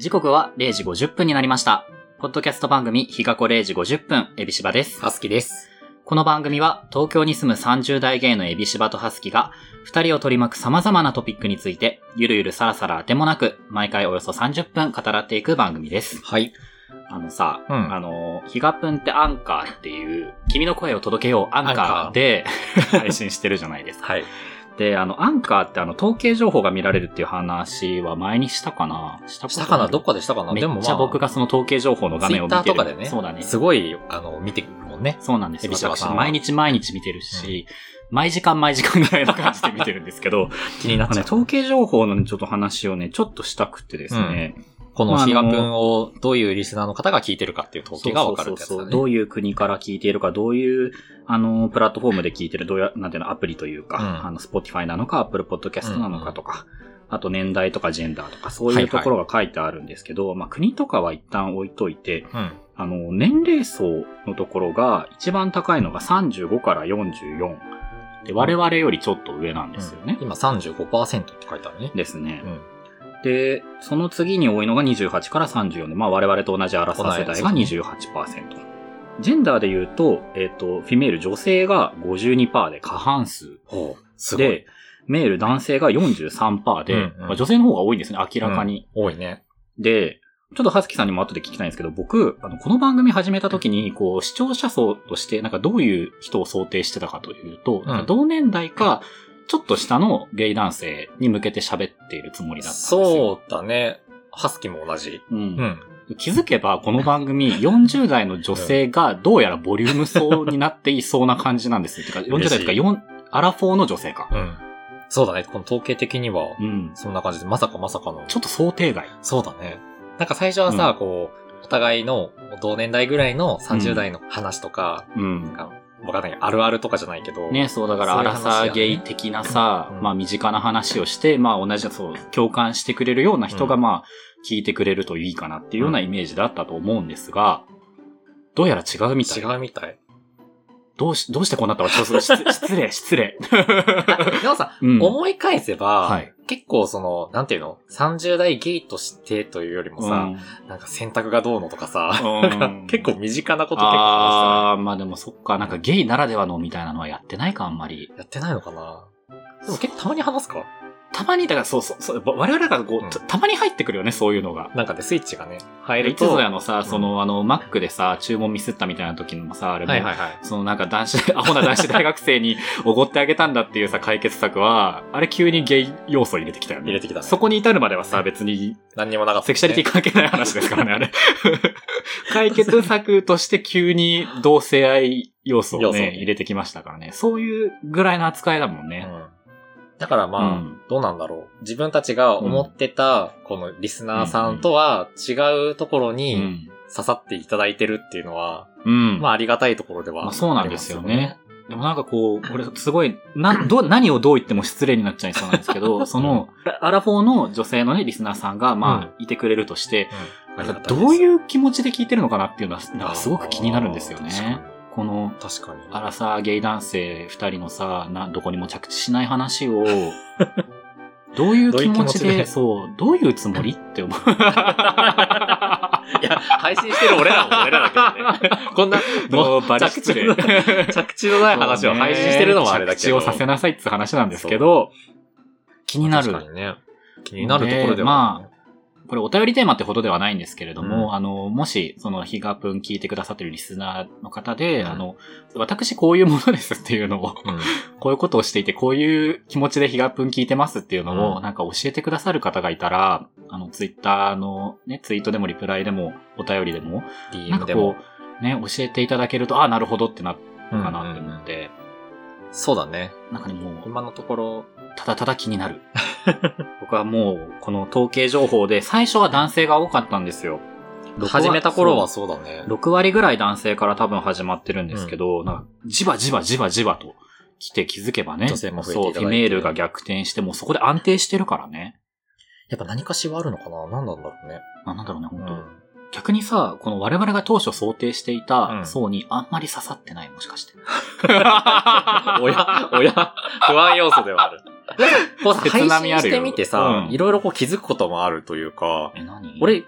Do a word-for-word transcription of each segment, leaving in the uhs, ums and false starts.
時刻はれいじごじゅっぷんになりました。ポッドキャスト番組日がこれいじごじゅっぷん、エビシバです。 はすきです。 この番組は東京に住むさんじゅう代ゲイのエビシバとハスキが二人を取り巻く様々なトピックについてゆるゆるさらさらあてもなく毎回およそさんじゅっぷん語らっていく番組です。 はい。 あのさ、 うん、 あの、ヒガプンってアンカーっていう君の声を届けようアンカーで配信してるじゃないですか。 はい。 で、あの、アンカーってあの、統計情報が見られるっていう話は前にしたかなしたしたかなどっかでしたかなめっちゃ僕がその統計情報の画面を見てる。 ツイッターとかでね。 そうだね。 すごい、あの、見てくるもんね。 そうなんですよ。 私、 毎日毎日見てるし、うん、毎時間毎時間ぐらいの感じで見てるんですけど、 気になっちゃう。 ね、統計情報の、ね、ちょっと話をね、ちょっとしたくてですね、 うんこのヒガプンをどういうリスナーの方が聞いてるかっていう統計がわかるってやつだね。 そうそうそう。どういう国から聞いているか、どういう、あの、プラットフォームで聞いてる、どういう、なんていうの、アプリというか、うん、あの、Spotify なのか、Apple Podcast なのかとか、うん、あと年代とかジェンダーとか、そういうところが書いてあるんですけど、はいはい、まあ、国とかは一旦置いといて、うん、あの、年齢層のところが一番高いのがさんじゅうごからよんじゅうよん。で、我々よりちょっと上なんですよね。 うん、今 さんじゅうごパーセント って書いてあるね。 ですね。うんで、その次に多いのがにじゅうはちからさんじゅうよんで、まあ我々と同じアラサー世代が にじゅうはちパーセント。ジェンダーで言うと、えっと、フィメール女性が ごじゅうにパーセント で過半数。 すごい。 で、メール男性が よんじゅうさんパーセント で、うんうんまあ、女性の方が多いんですね、明らかに。 うん、多いね。 で、ちょっとはすきさんにも後で聞きたいんですけど、僕、あの、この番組始めた時に、こう、視聴者層として、なんかどういう人を想定してたかというと、うん、同年代か、ちょっと下のゲイ男性に向けて喋っているつもりだったんですよ。 そうだね。ハスキも同じ。 うん。うん、気づけば、この番組、よんじゅう代の女性がどうやらボリューム層になっていそうな感じなんですよ。てか、よんじゅう代とかよん、アラフォーの女性か。 うん。そうだね。この統計的には、うん。そんな感じで、まさかまさかの。 ちょっと想定外。 そうだね。なんか最初はさ、うん、こう、お互いの同年代ぐらいのさんじゅう代の話とか、うん。なんかわかんない。あるあるとかじゃないけど。 ね、そうだから、アラサーゲイ的なさ、うん、まあ身近な話をして、まあ同じ、そう、共感してくれるような人がまあ、聞いてくれるといいかなっていうようなイメージだったと思うんですが、どうやら違うみたい。 違うみたい。 どうし、どうしてこうなったのちょっと失礼、失礼。 でもさ、うん、思い返せば、はい、結構その、なんていうの ?さんじゅう代ゲイとしてというよりもさ、うん、なんか選択がどうのとかさ、うん、結構身近なこと結構話してない。 ああ、まあでもそっか、なんかゲイならではのみたいなのはやってないか、あんまり。 やってないのかなでも結構たまに話すかたまに、だからそうそう、そう我々がこう、うん、たまに入ってくるよね、そういうのが。 なんかね、スイッチがね、入ると。 いつぞやのさ、その、うん、あの、Mac でさ、注文ミスったみたいな時のさ、あれも、はいはいはい、そのなんか男子、アホな男子大学生におごってあげたんだっていうさ、解決策は、あれ急にゲイ要素入れてきたよね。 入れてきたね。 そこに至るまではさ、別に、 何にもなかった、ね。 セクシャリティ関係ない話ですからね、あれ。解決策として急に同性愛要素をね、ね入れてきましたからね。そういうぐらいの扱いだもんね。うんだからまあ、うん、どうなんだろう。自分たちが思ってた、このリスナーさんとは違うところに刺さっていただいてるっていうのは、うん、まあありがたいところではありますよね。 まあ、そうなんですよね。でもなんかこう、俺すごい、な、ど、何をどう言っても失礼になっちゃいそうなんですけど、その、アラフォーの女性のね、リスナーさんが、まあ、いてくれるとして、うんうん、どういう気持ちで聞いてるのかなっていうのは、なんかすごく気になるんですよね。この、 確かに。 アラサーゲイ男性二人のさ、な、どこにも着地しない話を、どういう気持ちで、ううでそう、どういうつもりって思う。いや、配信してる俺らも俺らだけどね。こんな、もう着地の、着地のない話を配信してるのもあれだけど。 着地をさせなさいって話なんですけど、気になる。 確かにね。気になるところでは、ね。 まあ、これお便りテーマってほどではないんですけれども、うん、あの、もし、その、ヒガプン聞いてくださってるリスナーの方で、うん、あの、私こういうものですっていうのを、うん、こういうことをしていて、こういう気持ちでヒガプン聞いてますっていうのを、うん、なんか教えてくださる方がいたら、あの、ツイッターのね、ツイートでもリプライでも、お便りでも、 ディーエム でも、 なんかこう、ね、教えていただけると、ああ、なるほどってなるかなって思って、うんうんうん。 そうだね。 なんかね、もう、 今のところ、 ただただ気になる。僕はもう、この統計情報で、最初は男性が多かったんですよ。 始めた頃はそうだね。 ろく割ぐらい男性から多分始まってるんですけど、うん、なんかじわじわじわじわと来て気づけばね。 女性も増えていただいて。 そう、フィメールが逆転して、もうそこで安定してるからね。 やっぱ何かしらあるのかな何なんだろうね。 あ、なんだろうね、本当、うん、逆にさ、この我々が当初想定していた層にあんまり刺さってない、もしかして。 おや、おや、不安要素ではある。こう配信してみてさ、いろいろこう気づくこともあるというか、 え、何？ 俺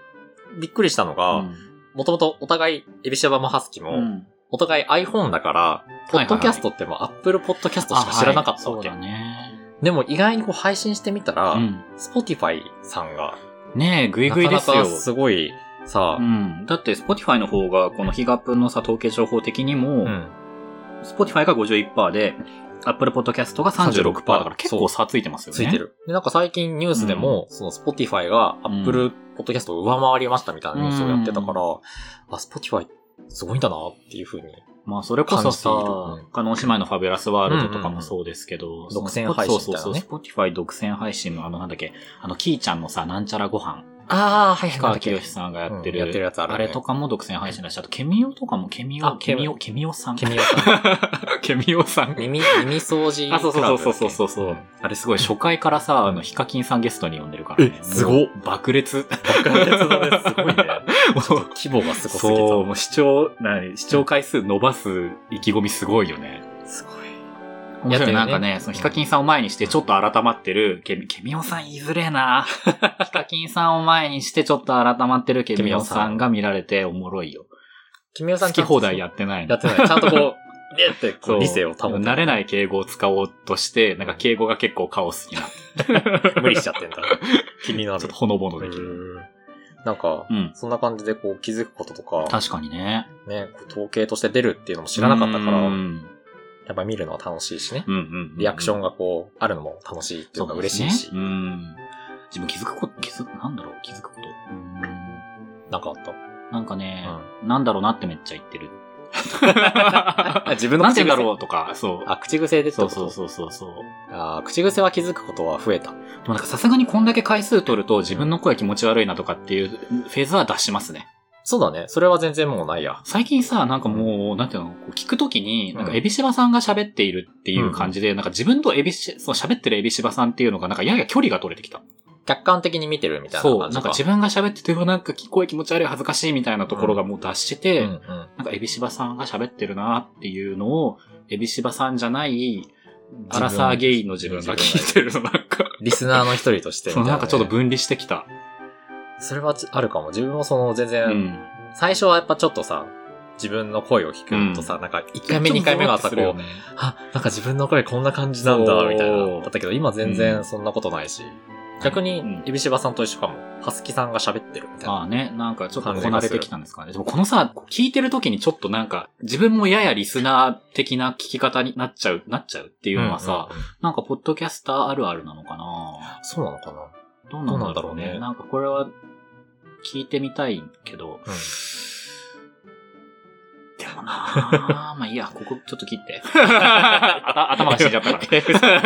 びっくりしたのが、もともとお互い、エビシャバもハスキも、うん、お互い iPhone だから、ポッドキャストっても Apple Podcast しか知らなかったわけ。はいはい、そうだね。でも意外にこう配信してみたら、うん、Spotify さんが、 ねえ、ぐいぐいですよ。 なかなかすごい、さあ、 うん。だって Spotify の方が、このヒガップのさ、統計情報的にも、うん、Spotify が ごじゅういちパーセント で、Apple Podcast が さんじゅうろくパーセント だから結構差ついてますよね。 ついてる。で、なんか最近ニュースでも、うん、その Spotify が Apple Podcast を上回りましたみたいなニュースをやってたから、うん、あ、Spotify すごいんだなっていう風に。 まあそれこそさ、加納姉妹のファビュラスワールドとかもそうですけど、うんうんうん、 独占配信みたいなね。そうそうそう、Spotify 独占配信のあのなんだっけ、あのキーちゃんのさ、なんちゃらご飯。 ああ、はいはい。 氷川きよしさんがやってる。 うん、やってるやつある、ね。 あれとかも独占配信だし、あと、ケミオとかも、ケミオ、ケミオ、ケミオさん。 ケミオさん。 ケミオさん。 耳、耳掃除。 あ、そうそうそうそうそうそう。あれすごい、初回からさ、あの、ヒカキンさんゲストに呼んでるから、 ね。え、すごっ。 爆裂。 爆裂だね。すごいね。もう、規模がすごすぎた。 そう、もう視聴、なに、視聴回数伸ばす意気込みすごいよね。 すごい。 面白い。なんかね、そのヒカキンさんを前にしてちょっと改まってる、ケミ、ケミオさん言いづれえな。ヒカキンさんを前にしてちょっと改まってるケミオさんが見られておもろいよ。 ケミオさん好き放題やってないの。 やってない。ちゃんとこう、でってこう理性を保って。 慣れない敬語を使おうとして、なんか敬語が結構カオスになって。 無理しちゃってんだ。気になる。 ちょっとほのぼのできる。 なんか、うん、そんな感じでこう気づくこととか。 確かにね。 ね、統計として出るっていうのも知らなかったから。やっぱ見るのは楽しいしね。 うんうんうんうん、 リアクションがこう、あるのも楽しいっていうのが嬉しいし。 う、ね、うん。自分気づくこと、気づく、なんだろう、気づくこと。うん。 なんかあった？ なんかね、うん、なんだろうなってめっちゃ言ってる。 自分の口癖。 なんて言うんだろうとか、そう。 あ、口癖でってこと？ そうそうそうそう。 あ、口癖は気づくことは増えた。でもなんかさすがにこんだけ回数取ると自分の声気持ち悪いなとかっていうフェーズは出しますね。 そうだね。それは全然もうないや。 最近さ、なんかもう、なんていうの、こう聞くときに、なんかエビシバさんが喋っているっていう感じで、うん、なんか自分とエビシ、そう喋ってるエビシバさんっていうのが、なんかやや距離が取れてきた。 客観的に見てるみたいな感じか。 そう、なんか自分が喋ってて、なんか声気持ち悪い恥ずかしいみたいなところがもう出してて、うんうんうん、なんかエビシバさんが喋ってるなっていうのを、エビシバさんじゃない、アラサーゲイの自分が聞いてるの、なんか。 リスナーの一人としてみたいな、ね。 そう、なんかちょっと分離してきた。 それはあるかも。自分もその全然、うん、最初はやっぱちょっとさ、自分の声を聞くとさ、うん、なんかいっかいめにかいめはさ、こう、ね、あ、なんか自分の声こんな感じなんだ、みたいな。だったけど、今全然そんなことないし。うん、逆に、エビシバさんと一緒かも。ハスキさんが喋ってるみたいな。 ああね、なんかちょっとこなれてきたんですかね。でもこのさ、聞いてる時にちょっとなんか、自分もややリスナー的な聞き方になっちゃう、なっちゃうっていうのはさ、うんうんうん、なんかポッドキャスターあるあるなのかな？ そうなのかな？ どうなんだろうね。なんかこれは、聞いてみたいけど、うん、でもなぁ、まあいいや、ここちょっと切って。頭が死んじゃったから。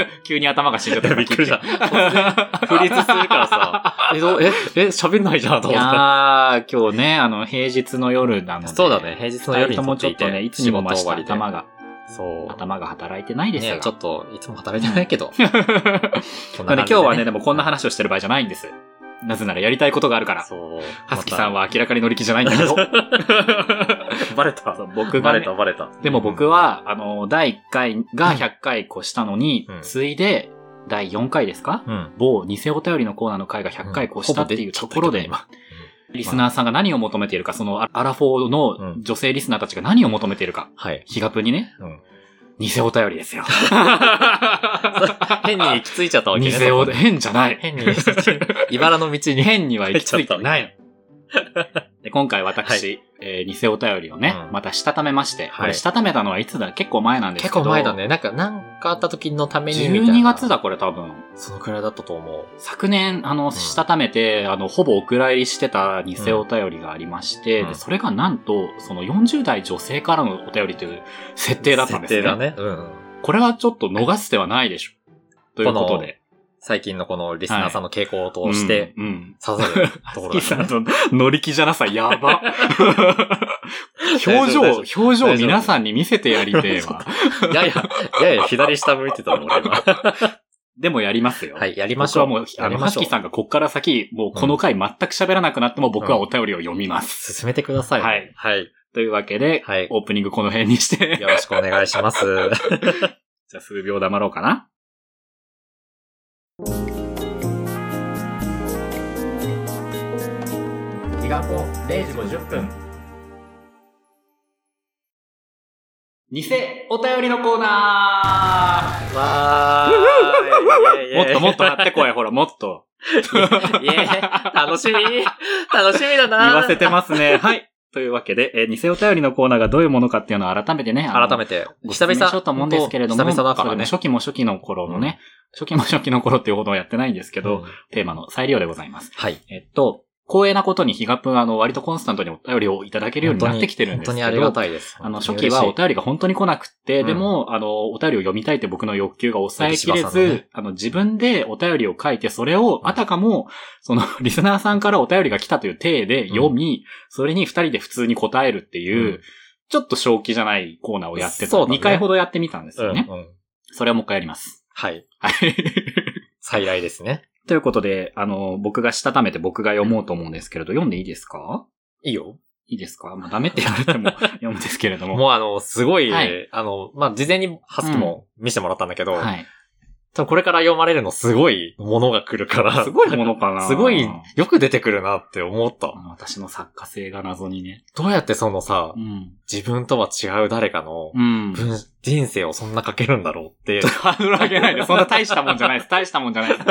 急に頭が死んじゃったから。 びっくりした。フリーズするからさ、え、え、喋んないじゃんと思って。いやー、今日ね、あの、平日の夜なので。 そうだね、平日の夜に撮っていて。 もちょっとね、いつにも増して頭が。そう。頭が働いてないですよ。 ね、ちょっと、いつも働いてないけど。 こんなね、今日はね、でもこんな話をしてる場合じゃないんです。なぜならやりたいことがあるから。そう。はすきさんは明らかに乗り気じゃないんだけど。 バレた。 僕が、ね、 バレた、バレた。 でも僕は、あの、だいいっかいがひゃっかい越したのに、うん、ついで、だいよんかいですか、うん、某偽お便りのコーナーの回がひゃっかい越したっていうところで、うん、リスナーさんが何を求めているか、そのアラフォーの女性リスナーたちが何を求めているか、はい。ヒガプにね、うん偽お便りですよ。 変に行き着いちゃったわけね。 偽お、変じゃない。 変に、茨の道に変には行き着いてないの。で今回私、はい、えー、偽お便りをね、うん、またしたためまして、はい、これしたためたのはいつだ結構前なんですけど。 結構前だね。なんか、なんかあった時のためにみたいな。 じゅうにがつだこれ多分。 そのくらいだったと思う。 昨年、あの、したためて、うん、あの、ほぼお蔵入りしてた偽お便りがありまして、うん、でそれがなんと、そのよんじゅう代女性からのお便りという設定だったんですね。 設定だね。うん。 これはちょっと逃す手はないでしょ。ということで。 最近のこのリスナーさんの傾向を通して、はい、うん、刺さるところだね。 さんと乗り気じゃなさ、やば。表情、表情皆さんに見せてやりてえわ。 やや、やや左下向いてたの、俺今。 でもやりますよ。 はい、やりましょう。 僕はもう、あの、ハスキーさんがこっから先、もうこの回全く喋らなくなっても僕はお便りを読みます。 うん、進めてください。 はい。 はい。 というわけで、はい、オープニングこの辺にして。 よろしくお願いします。 じゃあ数秒黙ろうかな。 がぽれいじごじゅっぷん。偽お便りのコーナーわーもっともっと張ってこい、ほら、もっと。 いえ、楽しみ楽しみだな言わせてますね。はい。というわけで、えー、偽お便りのコーナーがどういうものかっていうのを改めてね、 改めて、 久々しようと思うんですけれども、 久々だからね。 初期も初期の頃のね、うん、初期も初期の頃っていうほどはやってないんですけど、うん、テーマの再利用でございます。 はい。 えっと、光栄なことにヒガプンあの割とコンスタントにお便りをいただけるようになってきてるんですけど、 本当にありがたいです。 あの初期はお便りが本当に来なくって、うん、でもあのお便りを読みたいって僕の欲求が抑えきれず、ね、あの自分でお便りを書いてそれをあたかもそのリスナーさんからお便りが来たという体で読み、うん、それに二人で普通に答えるっていう、うん、ちょっと正気じゃないコーナーをやってた。ね、にかいほどやってみたんですよね。うんうん、それをもう一回やります。 はい。 はい。 再来ですね。 ということで、あの、僕がしたためて僕が読もうと思うんですけれど、読んでいいですか？ いいよ。 いいですか？まあ、ダメって言われても読むんですけれども。 もうあの、すごい、はい、あの、まあ、事前にハスキも見せてもらったんだけど、うん、はい。多分これから読まれるのすごいものが来るから。 すごいものかなすごいよく出てくるなって思った。 私の作家性が謎にね。 どうやってそのさ、うん、自分とは違う誰かの、うん、人生をそんな書けるんだろうって。 ハードル上げないで。そんな大したもんじゃないです。大したもんじゃないです。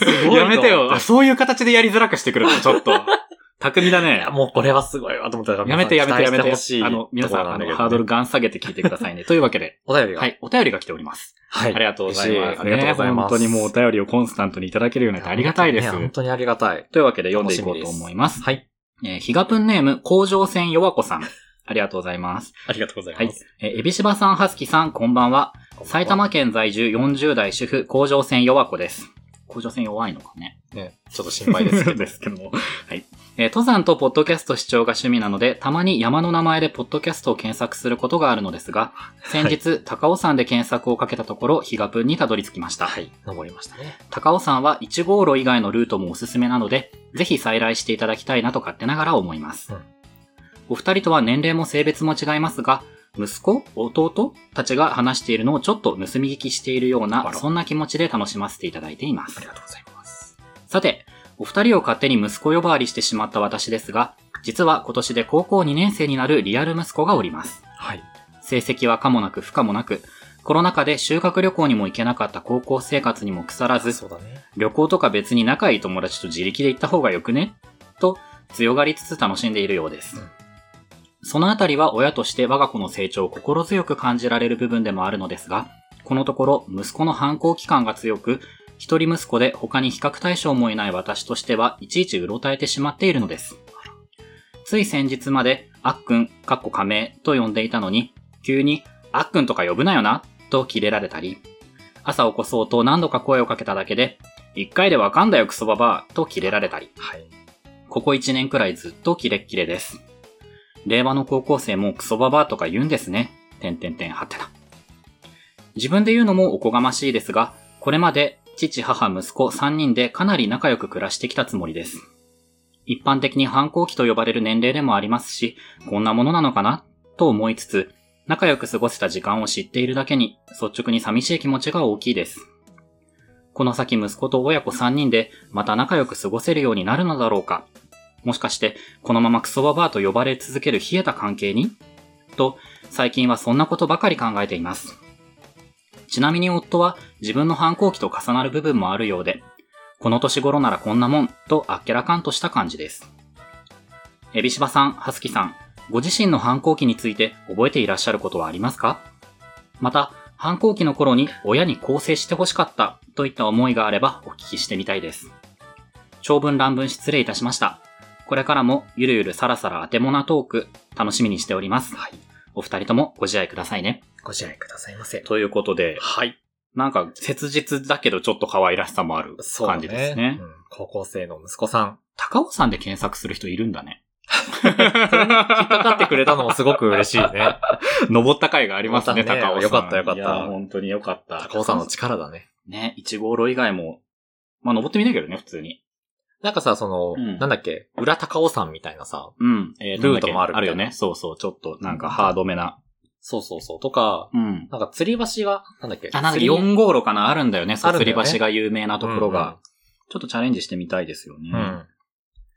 すごい。やめてよ。そういう形でやりづらくしてくるの、ちょっと。巧みだね。 もうこれはすごいわと思ったら。 やめてやめてやめて。あの、皆さん、あの、ハードルガン下げて聞いてくださいね。というわけで。 お便りが。 はい、お便りが来ております。 はい。 ありがとうございます。 ありがとうございます。 本当にもうお便りをコンスタントにいただけるようになってありがたいです。 本当にありがたい。 というわけで読んでいこうと思います。 はい。 えー、ヒガプンネーム、工場船弱子さん。ありがとうございます。 ありがとうございます。 はい。えー、エビシバさん、ハスキさん、こんばんは。埼玉県在住よんじゅう代主婦、工場船弱子です。工場船弱いのかね。 ね、ちょっと心配ですけど。 ですけども。はい。えー、登山とポッドキャスト視聴が趣味なので、たまに山の名前でポッドキャストを検索することがあるのですが、先日、はい、高尾山で検索をかけたところ、ヒガプンにたどり着きました。 はい。登りましたね。 高尾山はいち号路以外のルートもおすすめなので、ぜひ再来していただきたいなと勝手ながら思います。うん、お二人とは年齢も性別も違いますが、息子、弟たちが話しているのをちょっと盗み聞きしているような、そんな気持ちで楽しませていただいています。 ありがとうございます。 さて、お二人を勝手に息子呼ばわりしてしまった私ですが、実は今年で高校にねん生になるリアル息子がおります。 はい。 成績は可もなく不可もなく、コロナ禍で修学旅行にも行けなかった高校生活にも腐らず、 そうだね、 旅行とか別に仲いい友達と自力で行った方がよくねと強がりつつ楽しんでいるようです。うん、そのあたりは親として我が子の成長を心強く感じられる部分でもあるのですが、このところ息子の反抗期間が強く、一人息子で他に比較対象もいない私としてはいちいちうろたえてしまっているのです。つい先日まであっくん、かっこ仮名と呼んでいたのに、急にあっくんとか呼ぶなよなとキレられたり、朝起こそうと何度か声をかけただけで、一回でわかんだよクソババアとキレられたり、 はい、 ここ一年くらいずっとキレッキレです。令和の高校生もクソババアとか言うんですね。てんてんてんはてな。自分で言うのもおこがましいですが、これまで父、母、息子さんにんでかなり仲良く暮らしてきたつもりです。一般的に反抗期と呼ばれる年齢でもありますし、こんなものなのかなと思いつつ、仲良く過ごせた時間を知っているだけに、率直に寂しい気持ちが大きいです。この先息子と親子さんにんでまた仲良く過ごせるようになるのだろうか。もしかして、このままクソババアと呼ばれ続ける冷えた関係にと、最近はそんなことばかり考えています。ちなみに夫は自分の反抗期と重なる部分もあるようで、この年頃ならこんなもんとあっけらかんとした感じです。エビシバさん、ハスキさん、ご自身の反抗期について覚えていらっしゃることはありますか？また、反抗期の頃に親に更生してほしかったといった思いがあればお聞きしてみたいです。長文乱文失礼いたしました。これからもゆるゆるさらさらあてもなトーク楽しみにしております。 はい。 お二人ともご自愛くださいね。 ご自愛くださいませ。 ということで、 はい。 なんか切実だけどちょっと可愛らしさもある感じですね。 うん、高校生の息子さん。 高尾山で検索する人いるんだね。 それに引っかかってくれたのもすごく嬉しいね。 登った回がありますね、高尾山。 よかったよかった。いや、本当によかった。 高尾山の力だね。 ね、いち号路以外も、まあ登ってみたけどね、普通に。 なんかさ、その、うん、なんだっけ、裏高尾山みたいなさ、 うん、 えー、ルートもあるみたいな。 あるよね。そうそう、ちょっとなんかハードめな。 そうそうそう。とか、うん、なんか吊り橋が、なんだっけ。 あ、なんかよん号路かなあるんだよね。そう、吊り橋が有名なところが、うんうん。ちょっとチャレンジしてみたいですよね。うん。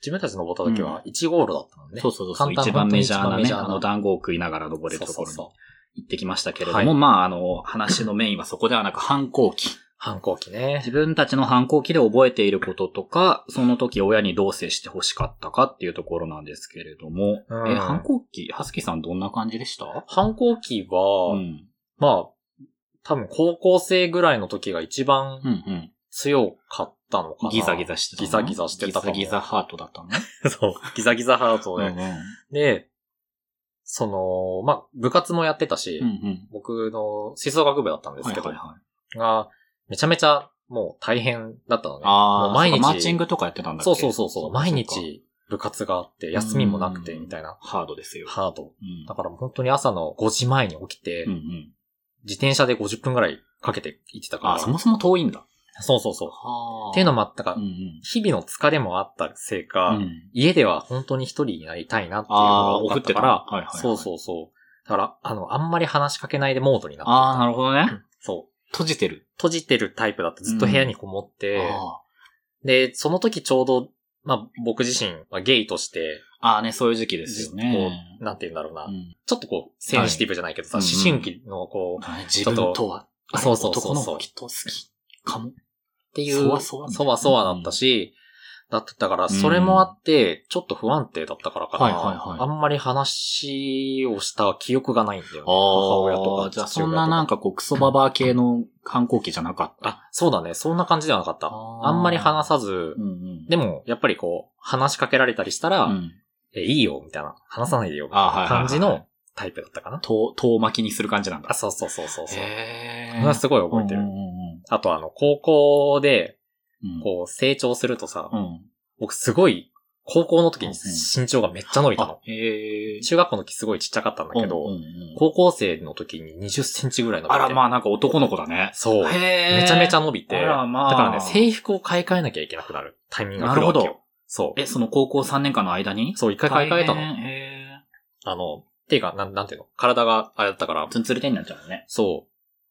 自分たち登った時はいち号路だったのね。 そうそうそう。一番メジャーなね、あの団子を食いながら登れるところに行ってきましたけれども、そうそうそう、まあ、あの、話のメインはそこではなく反抗期。 反抗期ね。 自分たちの反抗期で覚えていることとか、その時親にどう接して欲しかったかっていうところなんですけれども、うん、え、反抗期、はすきさんどんな感じでした？ 反抗期は、うん、まあ、多分高校生ぐらいの時が一番強かったのかな。 ギザギザしてたの？ ギザギザしてたかも。 ギザギザハートだったの？ そう。ギザギザハートで。うんうん、で、その、まあ、部活もやってたし、うんうん、僕の吹奏楽部だったんですけど、はいはいはい、が、めちゃめちゃもう大変だったのね。 ああ、 もう毎日。 マーチングとかやってたんだっけ？ そうそうそうそう。毎日部活があって、休みもなくて、みたいな。 ハードですよ。 ハード。うん、だから本当に朝のごじまえに起きて、うんうん、自転車でごじゅっぷんぐらいかけて行ってたから。 あ、そもそも遠いんだ。 そうそうそう。っていうのもあったから、うんうん、日々の疲れもあったせいか、うん、家では本当に一人になりたいなっていうのが多かったから、はいはいはい、そうそうそう。だから、あの、あんまり話しかけないでモードになってた。 ああ、なるほどね。 そう。 閉じてる。 閉じてるタイプだった。ずっと部屋にこもって、うん、で、その時ちょうど、まあ、僕自身はゲイとして、 ああね、そういう時期ですよね。 こう、なんて言うんだろうな。うん、ちょっとこう、センシティブじゃないけどさ、はい、思春期のこう、 うん、自分とは、 そうそうそうそう。 男のきっと好きかも。 っていう、そわそわ、そわそわだったし、だったから、それもあって、ちょっと不安定だったからかな。はいはいはい。あんまり話をした記憶がないんだよね。母親とか。 じゃあそんななんかこう、クソババア系の反抗期じゃなかった。 あ、そうだね。そんな感じではなかった。あんまり話さず、うんうん、でも、やっぱりこう、話しかけられたりしたら、うん、え、いいよ、みたいな。話さないでよ、みたいな感じのタイプだったかな。 遠、遠巻きにする感じなんだ。 あ、そうそうそうそうそう。へー。それはすごい覚えてる。うんうんうん、あとあの、高校で、こう、成長するとさ、うん、僕すごい、高校の時に身長がめっちゃ伸びたの。へー。中学校の時すごいちっちゃかったんだけど、うんうんうん、高校生の時ににじゅっセンチぐらい伸びて。 あら、まあなんか男の子だね。 そう。へー。めちゃめちゃ伸びて。あら、まあ。だからね、制服を買い替えなきゃいけなくなるタイミングが来るわけよ。なるほど。そう。 え、その高校さんねんかんの間に？ そう、一回買い替えたの。へー。あの、っていうか、なん、なんていうの？体があれだったから。 ツンツルテンになっちゃうのね。 そう。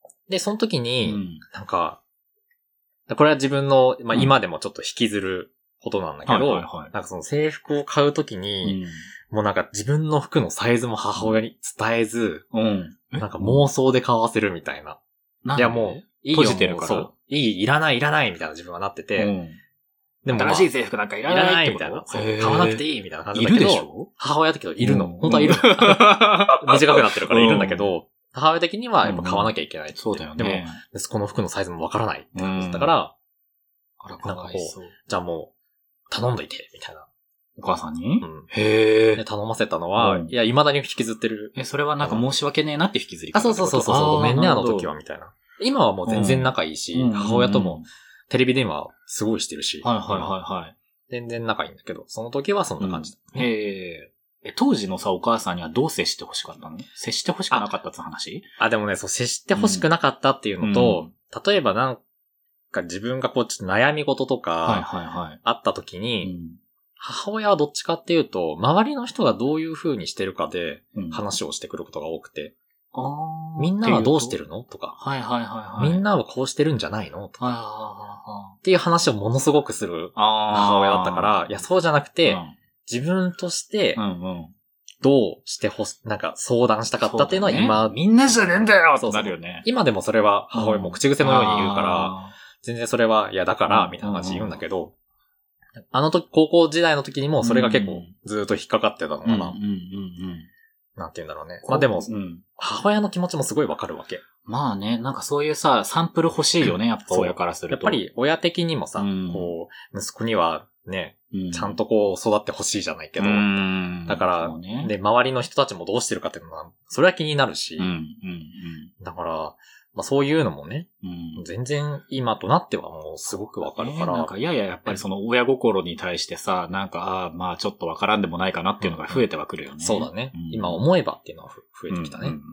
で、その時に、うん、なんか、これは自分の、まあ、今でもちょっと引きずることなんだけど、うんはいはいはい、なんかその制服を買うときに、うん、もうなんか自分の服のサイズも母親に伝えず、うん、なんか妄想で買わせるみたいな。 なんいやもう、いいよ。 閉じてるから。 そう。いい、いらない、いらないみたいな自分はなってて、うん、 でも、まあ、新しい制服なんかいらないってこと？ いらないみたいな。買わなくていいみたいな感じだけど。 いるでしょ？ 母親だけどいるの。うん、本当はいる。短くなってるからいるんだけど、うん、母親的にはやっぱ買わなきゃいけない、うん。 そうだよね。 でも、この服のサイズもわからないって感じだから、うん、なんかこう、じゃあもう、頼んどいて、みたいな。 お母さんに？ うん。 へー。 で、頼ませたのは、うん、いや、未だに引きずってる。 え、それはなんか申し訳ねえなって引きずり方。 あ、そうそうそうそう、ごめんね、あの時は、みたいな。今はもう全然仲いいし、うん、母親ともテレビ電話すごいしてるし。 はいはいはいはい。 全然仲いいんだけど、その時はそんな感じだったね。 うん、へー。え、当時のさ、お母さんにはどう接して欲しかったの？接して欲しくなかったって話？ あ、でもね、そう、接して欲しくなかったっていうのと、うん、例えばなんか自分がこう、ちょっと悩み事とか、あった時に、はいはいはい、母親はどっちかっていうと、周りの人がどういう風にしてるかで話をしてくることが多くて、うん、みんなはどうしてるのとか、 はいはいはいはい、 みんなはこうしてるんじゃないのとか、 はいはいはい、 っていう話をものすごくする母親だったから、いや、そうじゃなくて、うん自分として、どうしてほし、なんか相談したかったっていうのは今、 ね、みんなじゃねえんだよそうなるよね。 今でもそれは母親も口癖のように言うから、全然それは嫌だから、みたいな話言うんだけど、あの時、高校時代の時にもそれが結構ずっと引っかかってたのかな。なんて言うんだろうね。まあでも、うん、母親の気持ちもすごいわかるわけ。 まあね、なんかそういうさ、サンプル欲しいよね、やっぱ親からすると。 やっぱり親的にもさ、うん、こう、息子にはね、うん、ちゃんとこう育ってほしいじゃないけど、うん、だから、ね、で、周りの人たちもどうしてるかっていうのは、それは気になるし、うんうんうん、だから、まあそういうのもね、うん、全然今となってはもうすごくわかるから。 なんかいやいややっぱりその親心に対してさ、なんか、ああ、まあちょっとわからんでもないかなっていうのが増えてはくるよね。 うん、そうだね、うん。今思えばっていうのは増えてきたね。うんうんうんうん、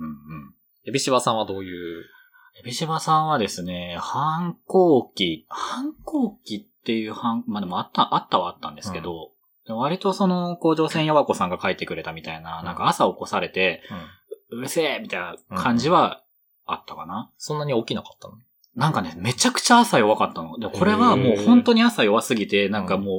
エビシバさんはどういうエビシバさんはですね、反抗期、反抗期っていう反、まあでもあった、あったはあったんですけど、うん、割とその、甲状腺やわこさんが書いてくれたみたいな、うん、なんか朝起こされて、うん、うるせえみたいな感じはあったかな、うん。 そんなに起きなかったの？ なんかね、めちゃくちゃ朝弱かったの。で、これはもう本当に朝弱すぎて、なんかも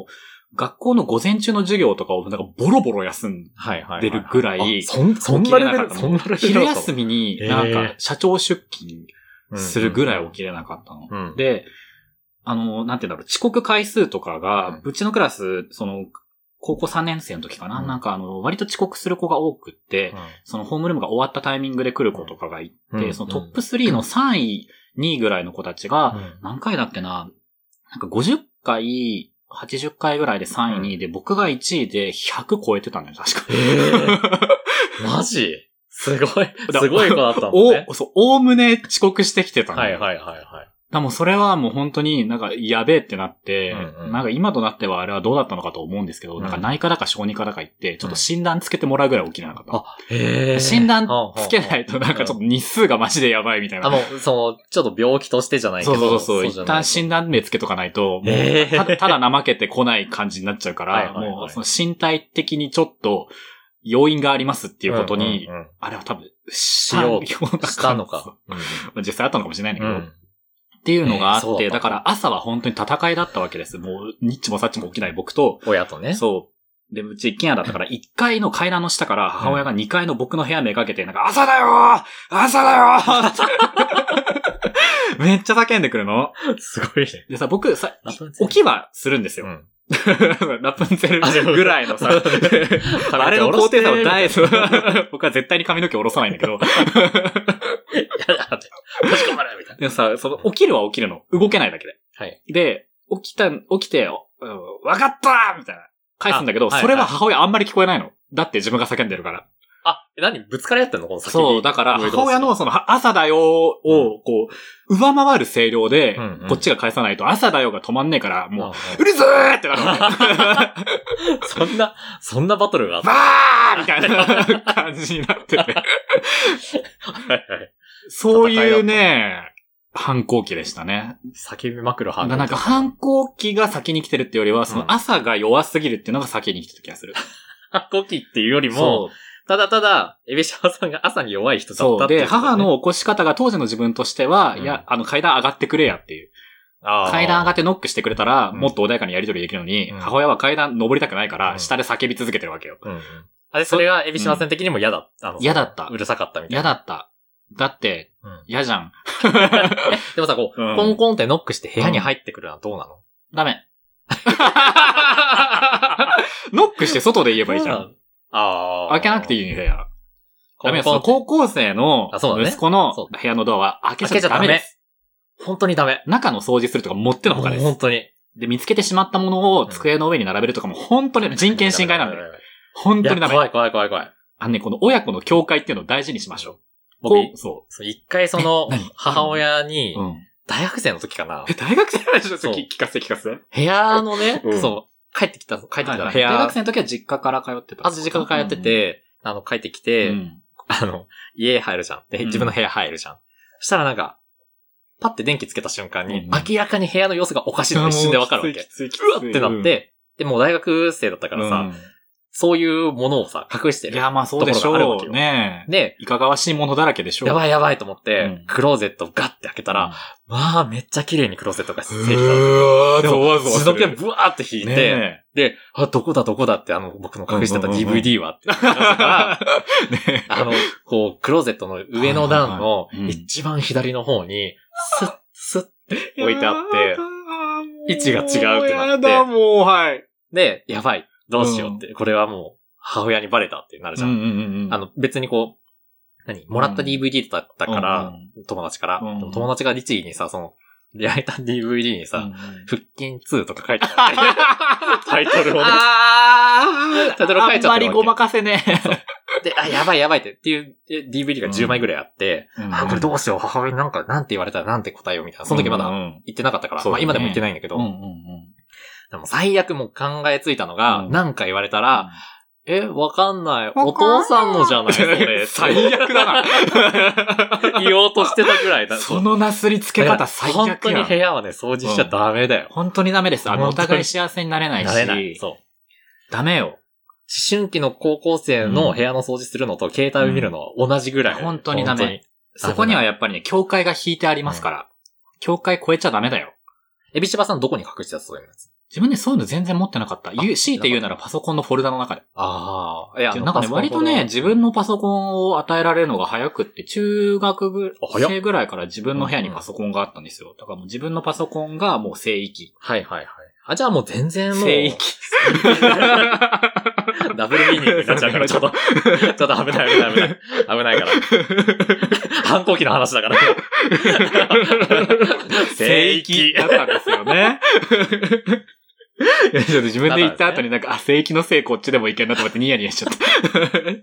学校の午前中の授業とかをなんかボロボロ休んでるぐらい、 そん、そんなレベル、そんなレベル。 昼休みになんか社長出勤するぐらい起きれなかったの。うんうん、で、あの、なんて言うんだろう、遅刻回数とかが、うちのクラス、その、高校さんねん生の時かな、うん、なんかあの、割と遅刻する子が多くって、うん、そのホームルームが終わったタイミングで来る子とかがいて、うん、そのトップスリーのさんい、にいぐらいの子たちが、何回だっけな、なんかごじゅっかい、はちじゅっかいぐらいでさんい、にいで、僕がいちいでひゃく超えてたんだよ、確か。 えー、マジすごい、すごい子だったんだね。 お、そう、おおむね遅刻してきてたんだよ。 はいはいはいはい。 だもうそれはもう本当になんかやべえってなって、うんうん、なんか今となってはあれはどうだったのかと思うんですけど、うん、なんか内科だか小児科だか行って、ちょっと診断つけてもらうぐらい起きれなかった。うん、あ、 へー。 診断つけないとなんかちょっと日数がマジでやばいみたいな。 あの、その、ちょっと病気としてじゃないけど。 そうそうそう。一旦診断名つけとかないと、もうただ、ただ怠けてこない感じになっちゃうから、はいはいはい、もうその身体的にちょっと要因がありますっていうことに、うんうんうん、あれは多分しようとしたのか。 うん、実際あったのかもしれないんだけど、うんっていうのがあって、だから朝は本当に戦いだったわけです。もう、ニッチもサッチも起きない僕と。 親とね。 そう。で、うち一軒家だったからいっかいの階段の下から母親がにかいの僕の部屋めがけて、なんか、朝だよー朝だよーめっちゃ叫んでくるの。 すごいね。 でさ、僕さ、起きはするんですよ。うんラプンツェルぐらいのさ、あれの高低差は大事。僕は絶対に髪の毛下ろさないんだけど。 やだって。閉じ込まれるみたいな。 でさ、その、起きるは起きるの。動けないだけで。 はい。 で、起きた、起きてよ。うん、わかったみたいな。返すんだけど、はいはい、それは母親あんまり聞こえないの。だって自分が叫んでるから。 あ、何ぶつかり合ってんのこの先に。 そう、だから、母親のその、朝だよを、こう、上回る声量で、こっちが返さないと、朝だよが止まんねえから、もう、うるせーってなる。 そんな、そんなバトルがあった。 バーみたいな感じになってて。はいはい。そういうね、反抗期でしたね。 叫びまくる反抗期。 なんか反抗期が先に来てるっていうよりは、その朝が弱すぎるっていうのが先に来てた気がする。 反抗期っていうよりも、ただただ、エビシャワさんが朝に弱い人だったっていう、ね。 そう。で、母の起こし方が当時の自分としては、うん、いや、あの階段上がってくれやっていう。階段上がってノックしてくれたら、うん、もっと穏やかにやり取りできるのに、うん、母親は階段登りたくないから、下で叫び続けてるわけよ。うんうん、 あれ、それがエビシャワさん的にも嫌だった。 嫌だった。 うるさかったみたいな。 嫌だった。だって、嫌、うん、じゃん。 でもさ、こう、うん、コンコンってノックして部屋に入ってくるのはどうなの？ ダメ。ノックして外で言えばいいじゃん。 ああ。 開けなくていいね、部屋。ダメです。高校生の息子の部屋のドアは開けちゃダメです。 本当にダメ。 中の掃除するとかもってのほかです。 本当に。 で、見つけてしまったものを机の上に並べるとかも本当に人権侵害なんで。本当にダメ。 怖い怖い怖い怖い。 あのね、この親子の境界っていうのを大事にしましょう。 僕、そう。一回その、母親に、大学生の時かな。 え、大学生の時聞かせ聞かせ。 部屋のね、そう、帰ってきた、帰ってきたら部屋。 大学生の時は実家から通ってた。 あ、実家から通ってて、あの、帰ってきて、あの、家入るじゃん。で、自分の部屋入るじゃん。そしたらなんか、パッて電気つけた瞬間に、明らかに部屋の様子がおかしいのが一瞬でわかるわけ。うわってなって、で、もう大学生だったからさ、そういうものをさ、隠してる。 いや、まあそうでしょうね。 で、 いかがわしいものだらけでしょう。 やばいやばいと思って、クローゼットガッて開けたら、まあめっちゃ綺麗にクローゼットが整理されてる。でも、血の気ブワーって引いて、で、あ、どこだどこだってあの、僕の隠してた ディーブイディー はって。あの、こう、クローゼットの上の段の一番左の方に、スッ、スッって置いてあって、位置が違うってなって。 やだ、もう、はい。 で、やばい。どうしようって、うん、これはもう、母親にバレたってなるじゃん。うんうんうん、あの、別にこう、何もらった ディーブイディー だったから、うん、友達から、うん、友達が律儀にさ、その、焼いた ディーブイディー にさ、うん、腹筋ツーとか書いてあって、タイトルをね。 あタイトル書いちゃってるわけ。 あんまりごまかせね。 で、あ、やばいやばいって、っていう ディーブイディー がじゅうまいぐらいあって、うん、あ、これどうしよう、母親になんか、なんて言われたらなんて答えようみたいな。その時まだ言ってなかったから、うんうん、まあ今でも言ってないんだけど、うんうんうんでも最悪もう考えついたのが、何、うん、か言われたら、うん、え、わかんない。お父さんのじゃないそれ。 最悪だな。 言おうとしてたぐらいだ。 そのなすりつけ方最悪や。 本当に部屋はね、掃除しちゃダメだよ。 うん、本当にダメです。あの、お互い幸せになれないし。 なれない。そう。 ダメよ。思春期の高校生の部屋の掃除するのと携帯を見るのは同じぐらい、 うん。本当にダメ。そこにはやっぱりね、境界が引いてありますから。うん、境界超えちゃダメだよ。 エビシバさんどこに隠してたそういうやつ？ 自分ね、そういうの全然持ってなかった。強いて言うならパソコンのフォルダの中で。 ああ。いや、 なんかね、割とね、自分のパソコンを与えられるのが早くって、中学ぐ生ぐらいから自分の部屋にパソコンがあったんですよ。だからもう自分のパソコンがもう聖域。 はいはいはい。あ、じゃあもう全然もう。 聖域。 ダブルミーニングになっちゃうから、ちょっと、ちょっと危ない危ない危ない。危ないから。反抗期の話だから。 聖域だったんですよね。いやちょっと自分で言った後になんか、ね、あ、聖域のせいこっちでもいけんなと思ってニヤニヤしちゃった。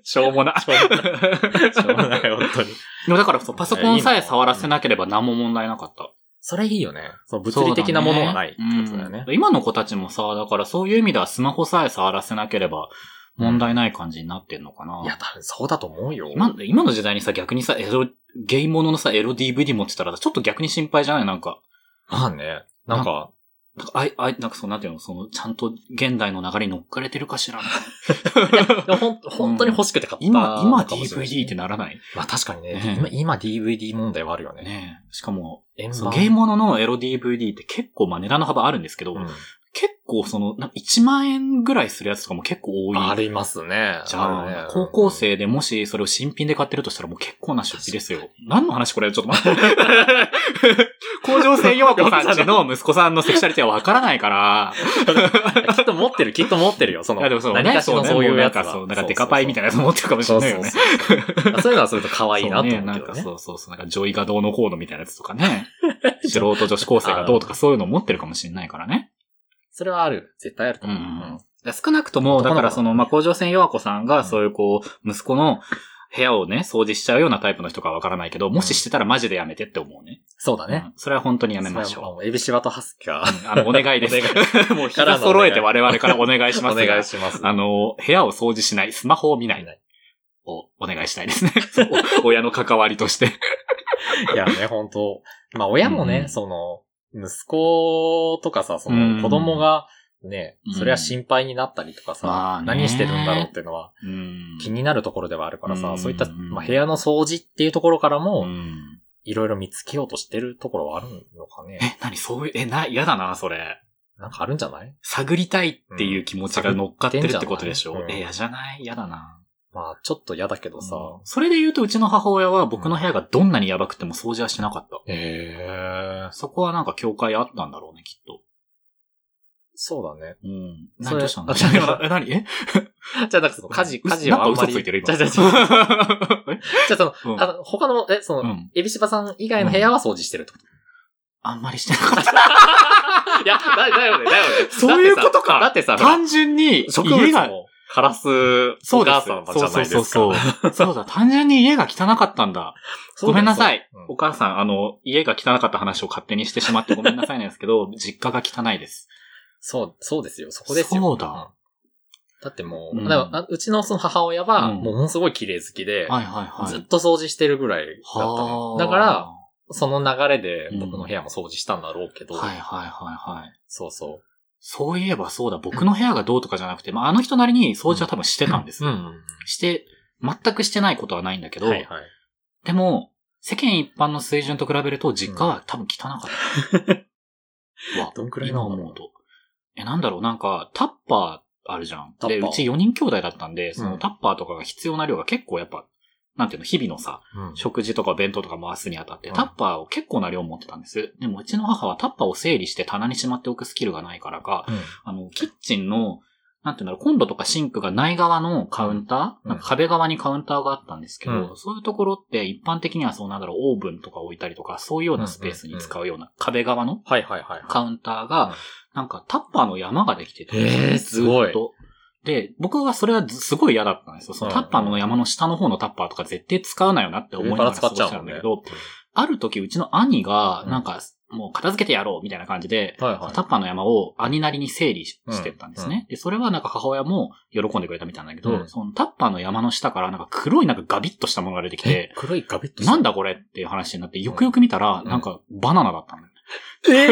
しょうもな。しょうもない。 しょうもない、本当に。でもだからパソコンさえ触らせなければ何も問題なかった。 それいいよね。そう、物理的なものがないってことだよね。 うん、今の子たちもさ、だからそういう意味ではスマホさえ触らせなければ問題ない感じになってんのかな。 うん、いや、多分そうだと思うよ。 今、今の時代にさ、逆にさ、エロ、ゲイモノのさ、エロ ディーブイディー 持ってたらちょっと逆に心配じゃないなんか。 まあね。なんか、 あい、あい、なんかそう、なんていうの、その、ちゃんと現代の流れに乗っかれてるかしら。いや、ほん、本当に欲しくて買った、 うん。今、今 ディーブイディー ってならない？ まあ確かにね。ね今、今 ディーブイディー 問題はあるよね。 ねしかも、ゲイモノのエロ ディーブイディー って結構、まあ値段の幅あるんですけど、うん、結構その、いちまんえんぐらいするやつとかも結構多い。 ありますね。 じゃあ、ね、高校生でもしそれを新品で買ってるとしたらもう結構な出費ですよ。何の話これちょっと待って。工場生弱子さんちの息子さんのセクシャリティはわからないから。 きっと持ってる、きっと持ってるよ。その、 いやでもそう何かしらのそういうやつは。 そう、なんかデカパイみたいなやつ持ってるかもしれないよね。 そういうのはすると可愛いなと思うけどね。 なんかそうそうそう、なんかジョイがどうのこうのみたいなやつとかね。素人女子高生がどうとかそういうの持ってるかもしれないからね。 それはある。絶対あると思う。 うんうん、少なくとも、だからその、まあ、工場船弱子さんがそういうこう、息子の部屋をね、掃除しちゃうようなタイプの人かわからないけど、もししてたらマジでやめてって思うね。 そうだね。 うん、それは本当にやめましょう。エビシバとハスキャー。 あの、お願いです。お願い。もう膝揃えて我々からお願いします。 お願いします。 あの、部屋を掃除しない、スマホを見ない。をお願いしたいですね。親の関わりとして。 いやね、本当まあ親もね、うん、その、息子とかさ、その子供がね、うん、それは心配になったりとかさ、まあ、何してるんだろうっていうのは気になるところではあるからさ、うん、そういった、まあ、部屋の掃除っていうところからも、いろいろ見つけようとしてるところはあるのかね。 え、何そういう、え、な、嫌だな、それ。 なんかあるんじゃない？ 探りたいっていう気持ちが乗っかってるってことでしょ、うん、え、嫌じゃない嫌だな。 まあ、ちょっと嫌だけどさ、うん。 それで言うと、うちの母親は僕の部屋がどんなにやばくても掃除はしなかった。 へー。 そこはなんか境界あったんだろうね、きっと。 そうだね。 うん。何としたの？え、何えじゃあ、なんかその、家事、家事はあんまり。 なんか嘘ついてる今。 じゃあ、じゃあ、じゃあその、うん、あの、他の、え、その、うん、エビシバさん以外の部屋は掃除してるってこと？ あんまりしてなかった。 いや、だ、だよね、だよね。 そういうことか。 だってさ、 単純に、家が、 カラス、お母さんじゃないですか。 そうそうそう。そうだ、単純に家が汚かったんだ。ごめんなさい、うん。お母さん、あの、家が汚かった話を勝手にしてしまってごめんなさいなんですけど、実家が汚いです。 そう、そうですよ。そこですよ。 そうだ。 だってもう、うん、だからうちのその母親は、もうものすごい綺麗好きで、 うん、はいはいはい、 ずっと掃除してるぐらいだったの。だから、その流れで僕の部屋も掃除したんだろうけど。 うん、はいはいはいはい。 そうそう。 そういえばそうだ、僕の部屋がどうとかじゃなくて、まあ、あの人なりに掃除は多分してたんですよ。うんうんうん、して、全くしてないことはないんだけど、はいはい、でも、世間一般の水準と比べると実家は多分汚かった。うん、わ、 どんくらい今思うと。え、なんだろう、なんか、タッパーあるじゃん。で、うちよにん兄弟だったんで、そのタッパーとかが必要な量が結構やっぱ、なんていうの、日々のさ、うん、食事とか弁当とか回すにあたって、タッパーを結構な量持ってたんです。でも、うちの母はタッパーを整理して棚にしまっておくスキルがないからか、うん、あの、キッチンの、なんていうんだろう、コンロとかシンクがない側のカウンター、うん、なんか壁側にカウンターがあったんですけど、うん、そういうところって一般的にはそうなんだろう、オーブンとか置いたりとか、そういうようなスペースに使うような壁側のカウンターが、なんかタッパーの山ができてて、 えー、すごい。 で、僕はそれはすごい嫌だったんですよ。そのタッパーの山の下の方のタッパーとか絶対使うなよなって思いながら過ごしてたんだけど、ある時うちの兄が、なんか、もう片付けてやろうみたいな感じで、タッパーの山を兄なりに整理してったんですね。で、それはなんか母親も喜んでくれたみたいなんだけど、そのタッパーの山の下からなんか黒いなんかガビッとしたものが出てきて、 黒いガビッとしたなんだこれっていう話になって、よくよく見たら、なんかバナナだったんだよ。 え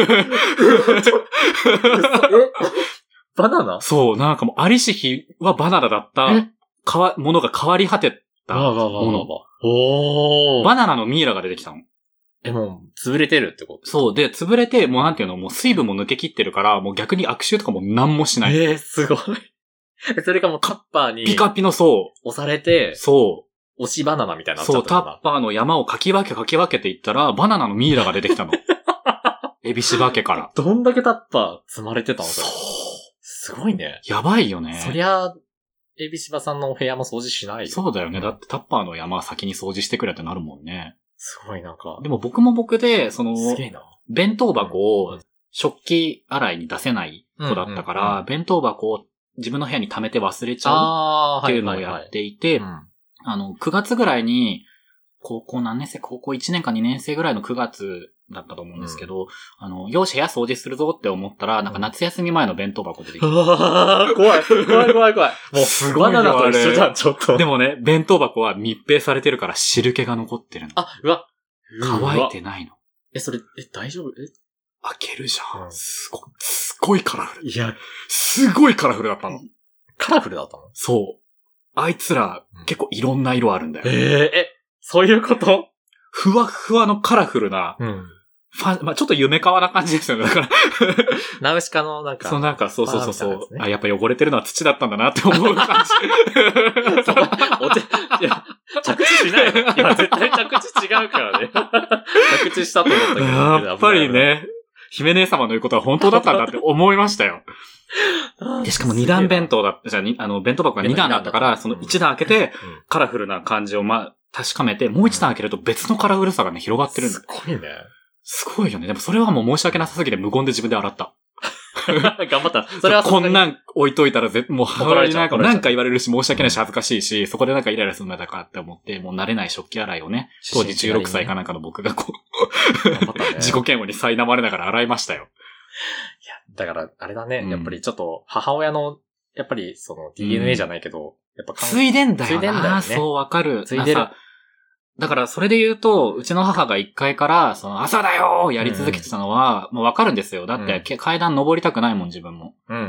バナナ？ そう、なんかもう、ありし日はバナナだった、かわ、ものが変わり果てたもの。 おー。 バナナのミイラが出てきたの。 え、もう、潰れてるってこと？ そう。で、潰れて、もうなんていうの、もう水分も抜け切ってるから、もう逆に悪臭とかも何もしない。 えー、すごい。それがもうタッパーに。 ピカピのそう。 押されて。 そう。 押しバナナみたいになっちゃった。 そう、 タッパーの山をかき分けかき分けていったら、バナナのミイラが出てきたの。エビシバ家から。 どんだけタッパー積まれてたの？ そう。 すごいね。 やばいよね。 そりゃ、エビシバさんのお部屋も掃除しないよ。 そうだよね。だってタッパーの山先に掃除してくれってなるもんね。 すごいなんか。 でも僕も僕で、その、 すげえな。 弁当箱を食器洗いに出せない子だったから、うんうんうん、弁当箱を自分の部屋に溜めて忘れちゃうっていうのをやっていて、あの、くがつぐらいに、高校何年生高校いちねんかにねん生ぐらいのくがつだったと思うんですけど、うん、あの、よし部屋掃除するぞって思ったら、なんか夏休み前の弁当箱出てきた。 怖い、怖い、怖い、怖い。もうすごいバナナと一緒じゃん、ちょっと。 でもね、弁当箱は密閉されてるから汁気が残ってるの。 あ、うわ。 乾いてないの。 え、それ、え、大丈夫？え開けるじゃん。うん、すごい、すごいカラフル。 いや、 すごいカラフルだったの。 カラフルだったの？ そう。あいつら、うん、結構いろんな色あるんだよ。 えー、え、そういうこと？ ふわふわのカラフルな、 うん、 ファン、まあ、ちょっっと夢かわな感じですよね。だから。 ナウシカのなんか。 そうなんか、そうそうそうそう、ね。あ、やっぱ汚れてるのは土だったんだなって思う感じ。 そお手、いや、着地しないの？今絶対着地違うからね。着地したと思ったけど。 やっぱりね、姫姉様の言うことは本当だったんだって思いましたよ。で、しかも二段弁当だった、じゃあ、あの、弁当箱が二段だったから、その一段開けて、カラフルな感じをま、確かめて、もう一段開けると別のカラフルさがね、広がってるんだ。 すごいね。 すごいよね。でもそれはもう申し訳なさすぎて無言で自分で洗った。 頑張った。それはこんなん置いといたらぜ、もう怒られないからなんか言われるし申し訳ないし恥ずかしいし、そこでなんかイライラするのだからって思って、もう慣れない食器洗いをね、当時じゅうろくさいかなんかの僕がこう、ね、自己嫌悪に苛まれながら洗いましたよ。いや、 だからあれだね、うん、やっぱりちょっと母親の、やっぱりその ディーエヌエー じゃないけど、うん、やっぱついでんだよな。ついでんだよね。そうわかる。ついでる。だから、それで言うと、うちの母がいっかいから、その、朝だよーやり続けてたのは、うん、もうわかるんですよ。だって、うん、階段登りたくないもん、自分も。 うんうん。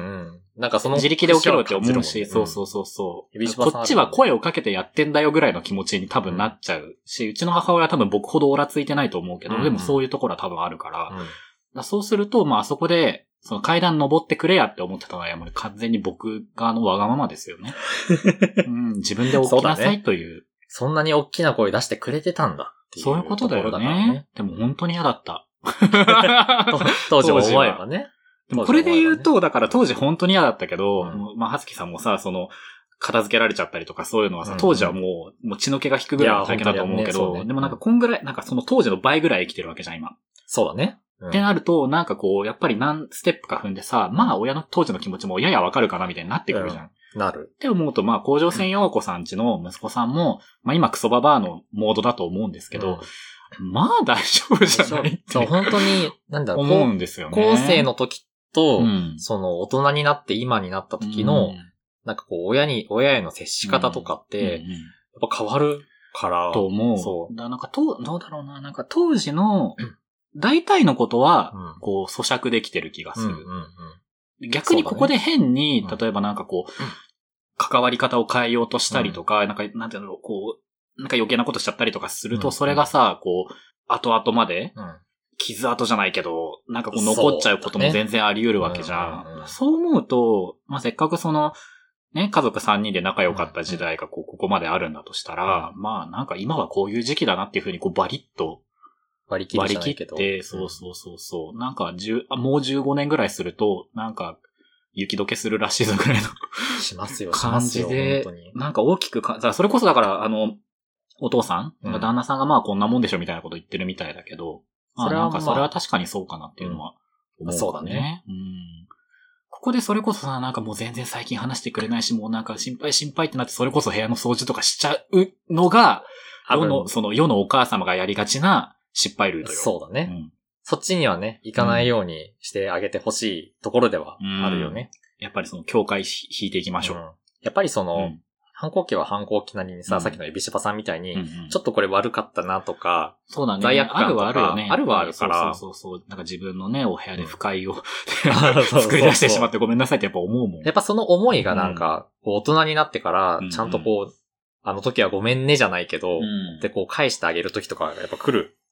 なんかその、 自力で起きろって思うし、そうそうそうそう。こっちは声をかけてやってんだよぐらいの気持ちに多分なっちゃうし、うん、うちの母親は多分僕ほどオラついてないと思うけど、うんうん、でもそういうところは多分あるから、うん、だそうすると、まあ、あそこで、その階段登ってくれやって思ってたのは、もう完全に僕がのわがままですよね。うん、自分で起きなさいという。 そんなに大きな声出してくれてたんだっていう、 そういうことだよね。でも本当に嫌だった。 当時思えばね。 でもこれで言うと、だから当時本当に嫌だったけど、うん、まあ、はつきさんもさ、その、片付けられちゃったりとかそういうのはさ、当時はもう、もう血の気が引くぐらいの体験だと思うけど、ねね、でもなんかこんぐらい、なんかその当時の倍ぐらい生きてるわけじゃん、今。 そうだね。 うん、ってなると、なんかこう、やっぱり何ステップか踏んでさ、まあ親の当時の気持ちもややわかるかなみたいになってくるじゃん。 うん、なる。 って思うと、まあ、工場専用子さんちの息子さんも、まあ今クソババアのモードだと思うんですけど、うん、まあ大丈夫じゃないって。 そう、本当に、なんだろう、 思うんですよね。 高生の時と、うん、その大人になって今になった時の、うん、なんかこう、親に、親への接し方とかって、うんうん、やっぱ変わるから。 と思う。そう。だなんかと、どうだろうな、なんか当時の、大体のことは、こう、咀嚼できてる気がする。うんうんうん、逆にここで変に、ね、例えばなんかこう、うん、関わり方を変えようとしたりとか、うん、なんか、なんていうの、こう、なんか余計なことしちゃったりとかすると、うん、それがさ、こう、後々まで、うん、傷跡じゃないけど、なんかこう残っちゃうことも全然あり得るわけじゃん。そう、ねうんうん、そう思うと、まあ、せっかくその、ね、家族さんにんで仲良かった時代がこう、ここまであるんだとしたら、うん、まあなんか今はこういう時期だなっていうふうにこうバリッと、 割り切りじゃないけど。 割り切って、そうそうそうそう。なんか十、あ、もうじゅうごねんぐらいすると、なんか、雪解けするらしいぞぐらいのしますよ、 感じで、なんか大きくか、それこそだから、あの、お父さん、うん、旦那さんがまあこんなもんでしょみたいなこと言ってるみたいだけど、それは、まあ、なんかそれは確かにそうかなっていうのは思う、ね、 そうだね。 うん。ここでそれこそさ、なんかもう全然最近話してくれないし、もうなんか心配心配ってなってそれこそ部屋の掃除とかしちゃうのが、世の、その世のお母様がやりがちな、失敗ルートよ。 そうだね、うん。そっちにはね、行かないようにしてあげてほしいところではあるよね。 うん、やっぱりその境界引いていきましょう。うん、 やっぱりその、うん、反抗期は反抗期なりにさ、うん、さっきのエビシバさんみたいに、うんうん、ちょっとこれ悪かったなとか、 そうだね。 罪悪感とか、 あるはあるよね。 あるはあるから。 そうそうそう。なんか自分のね、お部屋で不快を、うん、作り出してしまってごめんなさいってやっぱ思うもん。 やっぱその思いがなんか、こう大人になってから、ちゃんとこう、うんうん、あの時はごめんねじゃないけど、うん、でこう返してあげる時とかがやっぱ来る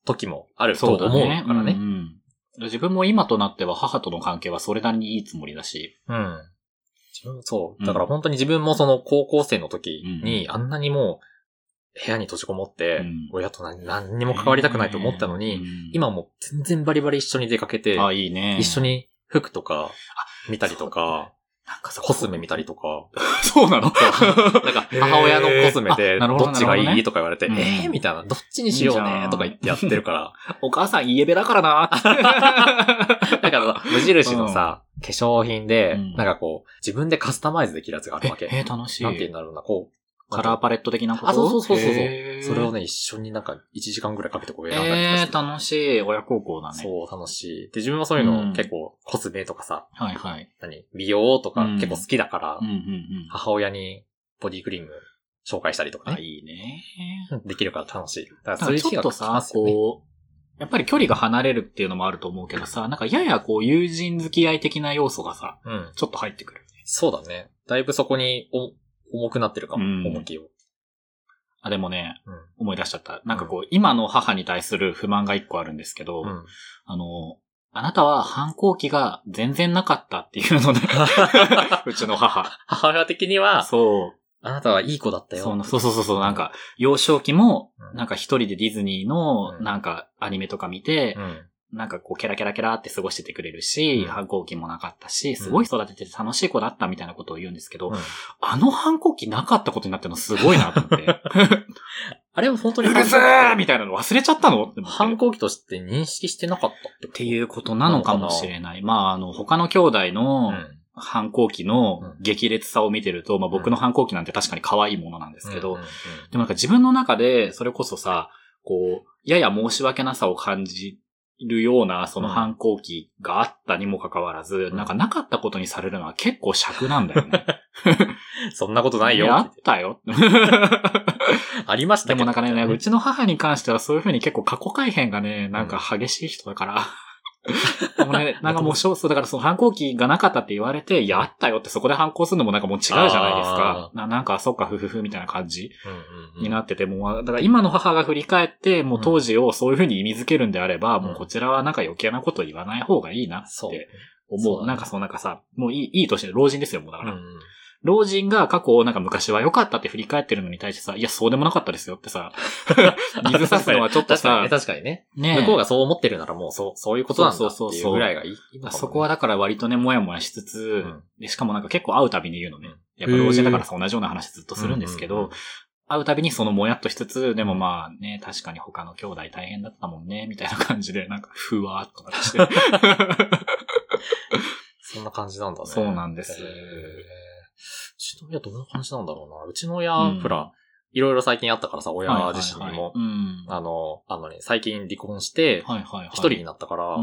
時もあると思うからね。うねうんうん、自分も今となっては母との関係はそれなりにいいつもりだし。 うん。自分そう。だから本当に自分もその高校生の時にあんなにもう部屋に閉じこもって、親と何、何にも関わりたくないと思ったのに、うん、今も全然バリバリ一緒に出かけて、 あ、いいね。 一緒に服とか見たりとか、なんかさ、コスメ見たりとか。 そうなのなんか、 母親のコスメで、どっちがいいとか言われて、えーみたいな、どっちにしようねとか言ってやってるから。 お母さんイエベだからなだから無印のさ、化粧品で、なんかこう、自分でカスタマイズできるやつがあるわけ。 えー、楽しい。 なんて言うんだろうな、こう。 カラーパレット的なこと？ あ、そうそうそうそう。それをね、一緒になんかいちじかんぐらいかけてこう選んだりとかして。 えー、楽しい。親孝行だね。 そう、楽しい。で、自分もそういうの、うん、結構コスメとかさ。 はいはい。 何美容とか結構好きだから、 うんうんうんうん、 母親にボディクリーム紹介したりとかね。 あ、いいね。 できるから楽しい。だからそういう日が来ますよね。ちょっとさ、こう、やっぱり距離が離れるっていうのもあると思うけどさ、なんかややこう友人付き合い的な要素がさ、うん、ちょっと入ってくる、ね。 そうだね。だいぶそこにお重くなってるかも、うん、重きを。 あ、でもね、うん、思い出しちゃった。なんかこう、うん、今の母に対する不満が一個あるんですけど、うん、あの、あなたは反抗期が全然なかったっていうのね。うちの母。 母親的には、 そう。 あなたはいい子だったよ。 そうそうそうそう、なんか、幼少期も、なんか一人でディズニーの、なんかアニメとか見て、うんなんかこう、ケラケラケラって過ごしててくれるし、うん、反抗期もなかったし、すごい育ててて楽しい子だったみたいなことを言うんですけど、うん、あの反抗期なかったことになってるのすごいなと思って。 あれは本当にうるせーみたいなの忘れちゃったのって思って。 反抗期として認識してなかったってっていうことなのかもしれない。まあ、あの、他の兄弟の反抗期の激烈さを見てると、まあ僕の反抗期なんて確かに可愛いものなんですけど、うんうんうん、でもなんか自分の中で、それこそさ、こう、やや申し訳なさを感じいるような、その反抗期があったにもかかわらず、うん、なんかなかったことにされるのは結構尺なんだよね。 そんなことないよ。 あったよ。 ありましたけど、 ね。でもなんかね、うちの母に関してはそういう風に結構過去改変がね、なんか激しい人だから。でもね、なんかもう少数だからその反抗期がなかったって言われて、いや、あったよってそこで反抗するのもなんかもう違うじゃないですか。な, なんか、そっか、ふふふみたいな感じになってて、もう、だから今の母が振り返って、もう当時をそういう風に意味づけるんであれば、うん、もうこちらはなんか余計なこと言わない方がいいなって思う。うなんかそうなんかさ、もういい、いい年で老人ですよ、もうだから。うん老人が過去をなんか昔は良かったって振り返ってるのに対してさ、いや、そうでもなかったですよってさ、水差すのはちょっとさ、 確かにね。確かにね。向こうがそう思ってるならもうそう、そういうことなんだっていうぐらいがいい。そうそうそうそこはだから割とね、もやもやしつつ、うん、で、しかもなんか結構会うたびに言うのね。やっぱ老人だからさ、同じような話ずっとするんですけど、うんうんうん、会うたびにそのもやっとしつつ、でもまあね、確かに他の兄弟大変だったもんね、みたいな感じで、なんかふわーっとなって。 そんな感じなんだね。 そうなんです。 うちの親どんな感じなんだろうな。うちの親、うん、ほら、いろいろ最近あったからさ、親自身にも。はいはいはいうん、あの、あのね、最近離婚して、はいはいはい、一人になったから、うん、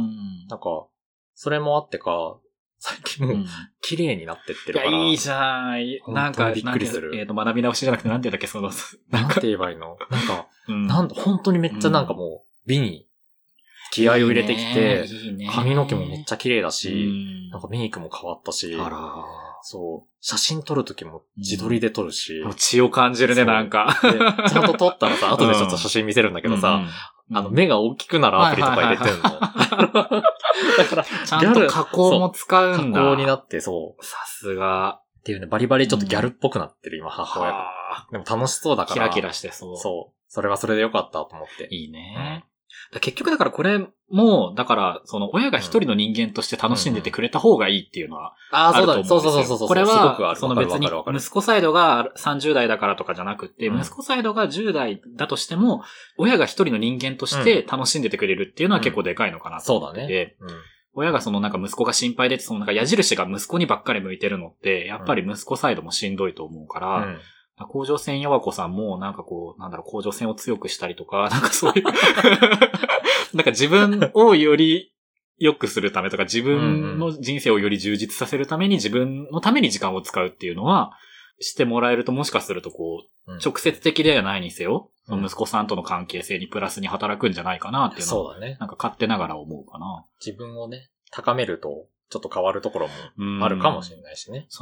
なんか、それもあってか、最近もう、綺麗になってってるから。 いや、いいじゃん。なんか、 びっくりする。 えっと、学び直しじゃなくて、なんて言うんだっけ、その、 なんて言えばいいのなんか、うん、なん本当にめっちゃなんかもう、美に気合を入れてきて、いいねいいね髪の毛もめっちゃ綺麗だし、うん、なんかメイクも変わったし、 あらそう。写真撮るときも自撮りで撮るし。 もう血を感じるね、なんか。 ちゃんと撮ったらさ、後でちょっと写真見せるんだけどさ、うん、あの、目が大きくなるアプリとか入れてんの。だから、ちゃんと加工も使うんだ。 加工になって、そう。 さすが。 っていうね、バリバリちょっとギャルっぽくなってる、今、母親が。でも楽しそうだから。 キラキラしてそう。 そう。それはそれでよかったと思って。 いいね。結局だからこれも、だから、その親が一人の人間として楽しんでてくれた方がいいっていうのはあると思うんですよ。 ああ、そうだ、そうそうそうそう。 これは、その別に息子サイドがさんじゅう代だからとかじゃなくて、うん、息子サイドがじゅう代だとしても、親が一人の人間として楽しんでてくれるっていうのは結構でかいのかなと思ってて、うんうん、そうだね。うん親がそのなんか息子が心配で、そのなんか矢印が息子にばっかり向いてるのって、やっぱり息子サイドもしんどいと思うから、うん甲状腺弱子さんも、なんかこう、なんだろう、甲状腺を強くしたりとか、なんかそういう、なんか自分をより良くするためとか、自分の人生をより充実させるために自分のために時間を使うっていうのは、してもらえるともしかするとこう、うん、直接的ではないにせよ、うん、息子さんとの関係性にプラスに働くんじゃないかなっていうのを、そうだね。なんか勝手ながら思うかな。 自分をね、高めると、ちょっと変わるところもあるかもしれないしね。 そうなんか、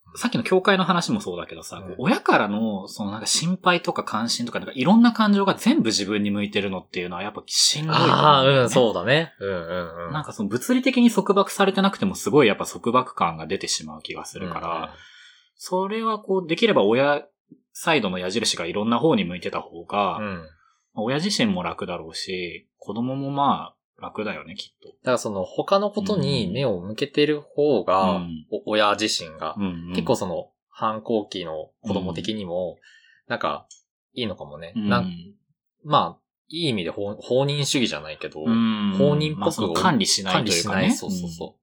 さっきの教会の話もそうだけどさ、うん、親からの、そのなんか心配とか関心とか、なんかいろんな感情が全部自分に向いてるのっていうのはやっぱしんどいと思うんだよね。 ああ、うん、そうだね。うんうんうん。 なんかその物理的に束縛されてなくてもすごいやっぱ束縛感が出てしまう気がするから、うんうん、それはこう、できれば親サイドの矢印がいろんな方に向いてた方が、うん、親自身も楽だろうし、子供もまあ、楽だよね、きっと。だからその他のことに目を向けてる方が、うん、親自身が、うんうん、結構その反抗期の子供的にも、なんかいいのかもね。うん、なんまあ、いい意味で放任主義じゃないけど、うん、放任っぽく、 まあ、管理しないというかね。 管理しない。そうそうそう。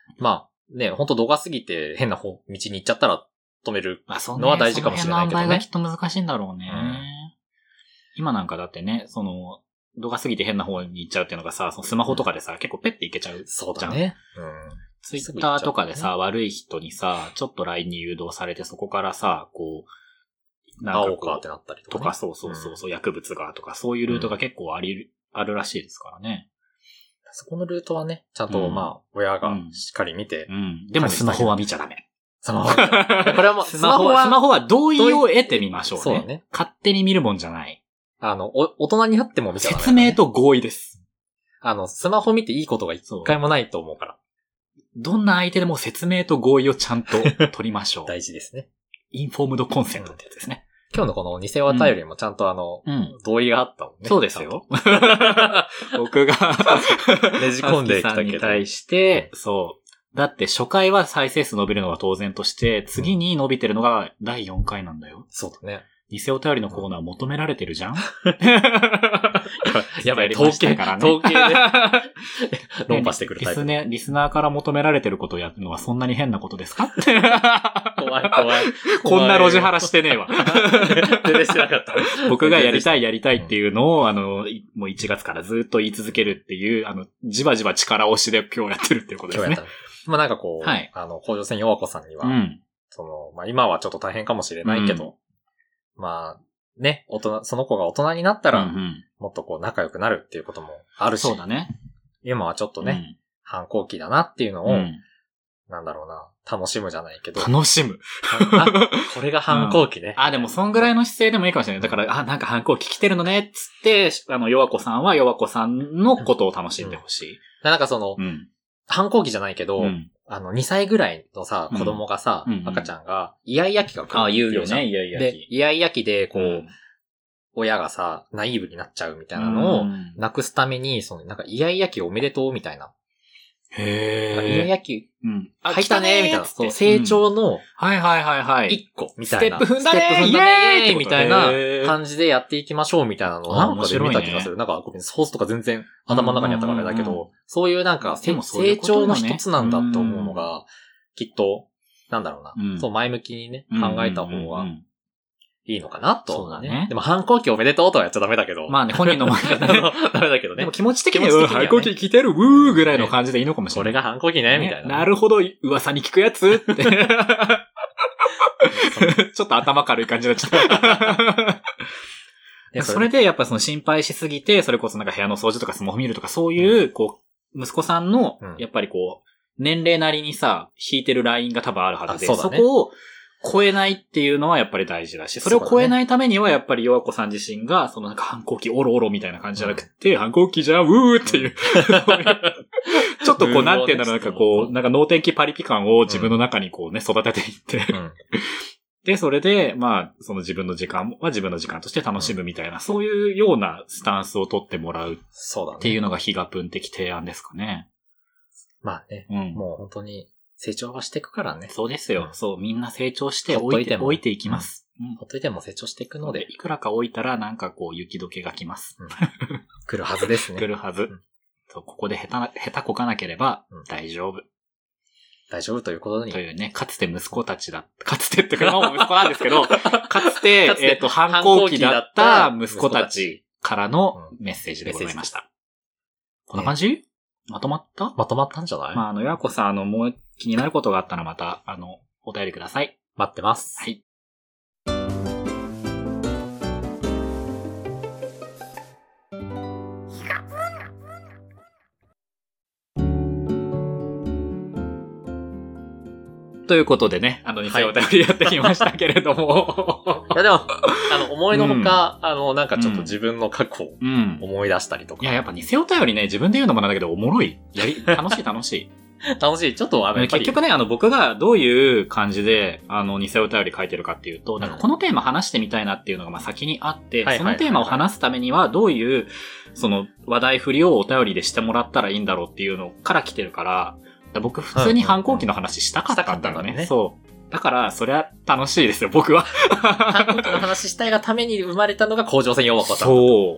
うん、まあね、ほんと度が過ぎて変な道に行っちゃったら止めるのは大事かもしれないけどね。 その辺の塩梅がきっと難しいんだろうね。うん、今なんかだってね、その、度が過ぎて変な方に行っちゃうっていうのがさ、そのスマホとかでさ、うん、結構ペッていけちゃうじゃん。 そうだね。 うん。ツイッターとかでさ、悪い人にさ、ちょっと ライン に誘導されてそこからさ、こう、 なんかこう。青かってなったりとか、ね。 とか、そうそうそう、うん、薬物がとか、そういうルートが結構あり、うん、あるらしいですからね。 そこのルートはね、ちゃんと、うん、まあ、親がしっかり見て。 うん。うん、でもスマホは見ちゃダメ。 スマホは。これはもう、 スマホは、スマホは同意を得てみましょうね。そうだね。勝手に見るもんじゃない。 あの、お、大人になっても見ちゃダメ、ね。 説明と合意です。 あの、スマホ見ていいことが一回もないと思うから。 どんな相手でも説明と合意をちゃんと取りましょう。 大事ですね。 インフォームドコンセントってやつですね。 今日のこの偽お便りもちゃんとあの、うん、同意があったもんね。 そうですよ。僕がねじ込んできたけど。 に対して、そう。だって初回は再生数伸びるのが当然として、次に伸びてるのがだいよんかいなんだよ。 そうだね。 偽お便りのコーナー求められてるじゃんやばい、統計からね。統計で論破してくるタイプ。 リスね、リスナーから求められてることをやるのはそんなに変なことですか怖い怖い。 こんな路地腹してねえわ。 全然してなかった。 僕がやりたいやりたいっていうのを、あの、もういちがつからずっと言い続けるっていう、あの、じわじわ力押しで今日やってるっていうことですね。今日やった。 まあなんかこう、はい、あの、甲状腺弱子さんには、うん、その、まあ今はちょっと大変かもしれないけど、うんまあ、ね、大人、その子が大人になったら、うんうん、もっとこう仲良くなるっていうこともあるし。 そうだね。 今はちょっとね、うん、反抗期だなっていうのを、うん、なんだろうな、楽しむじゃないけど。 楽しむ。 あ、これが反抗期ね。 うん、あ、でもそんぐらいの姿勢でもいいかもしれない。だから、あ、なんか反抗期来てるのね、つって、あの、弱子さんは弱子さんのことを楽しんでほしい。うん、 なんかその、うん、反抗期じゃないけど、うんあの、にさいぐらいのさ、子供がさ、うん、赤ちゃんが、イヤイヤ期が来る。 ああ、言うよね、イヤイヤ期。 で、イヤイヤ期で、こう、うん、親がさ、ナイーブになっちゃうみたいなのを、なくすために、その、なんか、イヤイヤ期おめでとうみたいな。 へー。 イヤイヤ期、うん。入ったねーみたいな。そう、成長の、 はいはいはいはい。 一個みたいな。 ステップ踏んだねーステップ踏んだねーみたいな感じでやっていきましょうみたいなのをなんかで見た気がする。なんか、ソースとか全然頭の中にあったからだけど、そういうなんか、成長の一つなんだと思うのが、きっと、なんだろうな。うん、そう、前向きにね、考えた方がいいのかなと。 そうだね。 でも反抗期おめでとうとはやっちゃダメだけど。 まあね、本人の前で、ね、 ダメだけどね。 でも気持ち的には、ね、反抗期来てる、うーぐらいの感じでいいのかもしれない。 これが反抗期ね、みたいな。 なるほど、噂に聞くやつって。ちょっと頭軽い感じになっちゃった。それでやっぱその心配しすぎて、それこそなんか部屋の掃除とかスマホ見るとかそういう、こう、息子さんの、やっぱりこう、年齢なりにさ、引いてるラインが多分あるはずで、 そ, ね、そこを超えないっていうのはやっぱり大事だし、それを超えないためにはやっぱり弱子さん自身が、そのなんか反抗期オロオロみたいな感じじゃなくて、うん、反抗期じゃん、うーっていう。ちょっとこう、なんていうんだろう、なんかこう、なんか脳天気パリピ感を自分の中にこうね、育てていって、うん、で、それで、まあ、その自分の時間は自分の時間として楽しむみたいな、うん、そういうようなスタンスを取ってもらうっていうのがヒガプン的提案ですかね。 まあね、うん、もう本当に成長はしていくからね。 そうですよ。うん、そう、みんな成長して置いて、置いていきます。 うん。ほっといても成長していくので。 いくらか置いたらなんかこう雪解けが来ます。うん、 来るはずですね。 来るはず。うん、そうここで下手な、下手こかなければ大丈夫。うん、 大丈夫ということに。 というね、かつて息子たちだ、かつてってか、もう息子なんですけど、かつて、えっと、反抗期だった息子たちからのメッセージでございました。こんな感じ？まとまった？ まとまったんじゃない？ まあ、あの、やこさん、あの、もう気になることがあったらまた、あの、お便りください。 待ってます。 はい。 ということでね、あの、偽お便りやってきましたけれども。 はい、いやでも、あの、思いのほか、うん、あの、なんかちょっと自分の過去を思い出したりとか。 うん、いや、やっぱ偽お便りね、自分で言うのもなんだけど、おもろい。やり、楽しい楽しい。 楽しい。ちょっとあの、 結局ね、あの、僕がどういう感じで、あの、偽お便り書いてるかっていうと、なんかこのテーマ話してみたいなっていうのが、まあ先にあって、そのテーマを話すためには、どういう、その、話題振りをお便りでしてもらったらいいんだろうっていうのから来てるから、僕普通に反抗期の話したかったんだよね。うんうんうん、ねそう。だから、そりゃ楽しいですよ、僕は。 反抗期の話したいがために生まれたのが甲状腺弱子さん。 そう。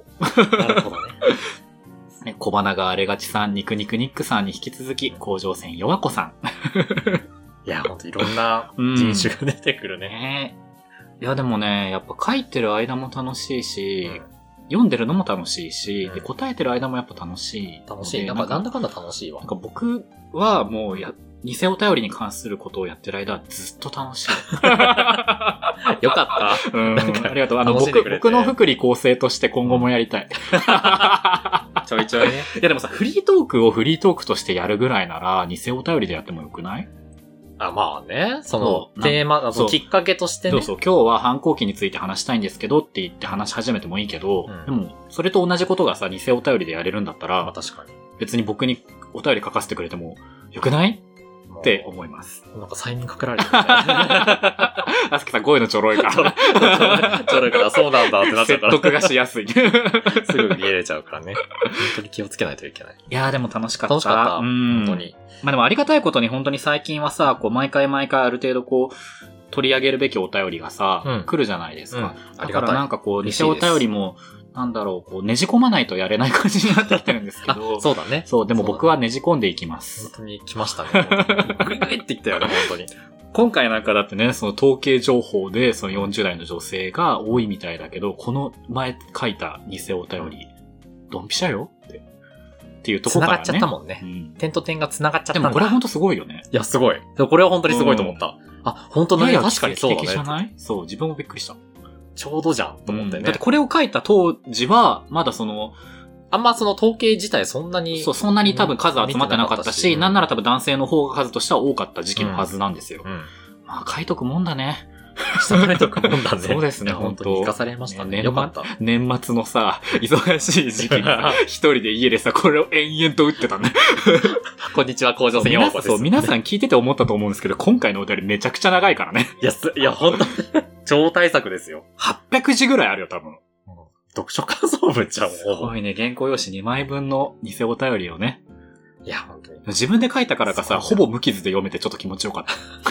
なるほどね。ね、小花があれがちさん、ニクニクニックさんに引き続き、甲状腺弱子さん。 いや、ほんといろんな人種が出てくるね。うん、ねいや、でもね、やっぱ書いてる間も楽しいし、うん、読んでるのも楽しいし、うん、で答えてる間もやっぱ楽しい。 楽しい。なんかなんだかんだ楽しいわ。 なんか僕はもうや、偽お便りに関することをやってる間ずっと楽しい。 よかった。 うん。ありがとう。あの、僕、僕の福利厚生として今後もやりたい。 ちょいちょいね。 いやでもさ、フリートークをフリートークとしてやるぐらいなら、偽お便りでやってもよくない？ あ、まあね。その、テーマ、そのきっかけとしてね。 そうそう。今日は反抗期について話したいんですけどって言って話し始めてもいいけど、うん、でも、それと同じことがさ、偽お便りでやれるんだったら、 まあ確かに。 別に僕にお便り書かせてくれてもよくないって思います。 なんか催眠かけられてるみたいな。 あすけさん、こういうのちょろいから。 ちょろいから、そうなんだってなっちゃうから。 説得がしやすい。すぐ見れちゃうからね。本当に気をつけないといけない。 いやーでも楽しかった。 楽しかった。うん。本当に。 まあでもありがたいことに本当に最近はさ、こう毎回毎回ある程度こう、取り上げるべきお便りがさ、うん、来るじゃないですか。うん、だからなんかこう、偽お便りも、なんだろう、こう、ねじ込まないとやれない感じになってきてるんですけど。 そうだね。 そう、でも僕はねじ込んでいきます。 本当に来ましたね。グイグイってきたよね、本当に。 今回なんかだってね、その統計情報で、そのよんじゅう代の女性が多いみたいだけど、この前書いた偽お便り、ドンピシャよって。っていうところからね。 繋がっちゃったもんね。うん、点と点が繋がっちゃったんだ。 でもこれは本当すごいよね。 いや、すごい。これは本当にすごいと思った。うん、あ、本当だね。確かにそうだね。 じゃないそう、自分もびっくりした。 ちょうどじゃんと思ってね、うん。 だってこれを書いた当時は、まだその、 あんまその統計自体そんなに。 そう、そんなに多分数集まってなかったし、うん、なんなら多分男性の方が数としては多かった時期のはずなんですよ。うんうん、まあ書いとくもんだね。 書いとくもんだね。 そうですね、本当に。 生かされましたね。 ねよかった。年末のさ、忙しい時期にさ、一人で家でさ、これを延々と打ってたね。 こんにちは、甲状腺弱子です。 そう、皆さん聞いてて思ったと思うんですけど、今回のお便りめちゃくちゃ長いからね。 いや、いや、ほんと、超大作ですよ。 はっぴゃくじぐらいあるよ、多分。 読書感想文じゃん、 すごいね、原稿用紙にまいぶんの偽お便りをね。 いや、本当に。 自分で書いたからかさ、ほぼ無傷で読めてちょっと気持ちよかった。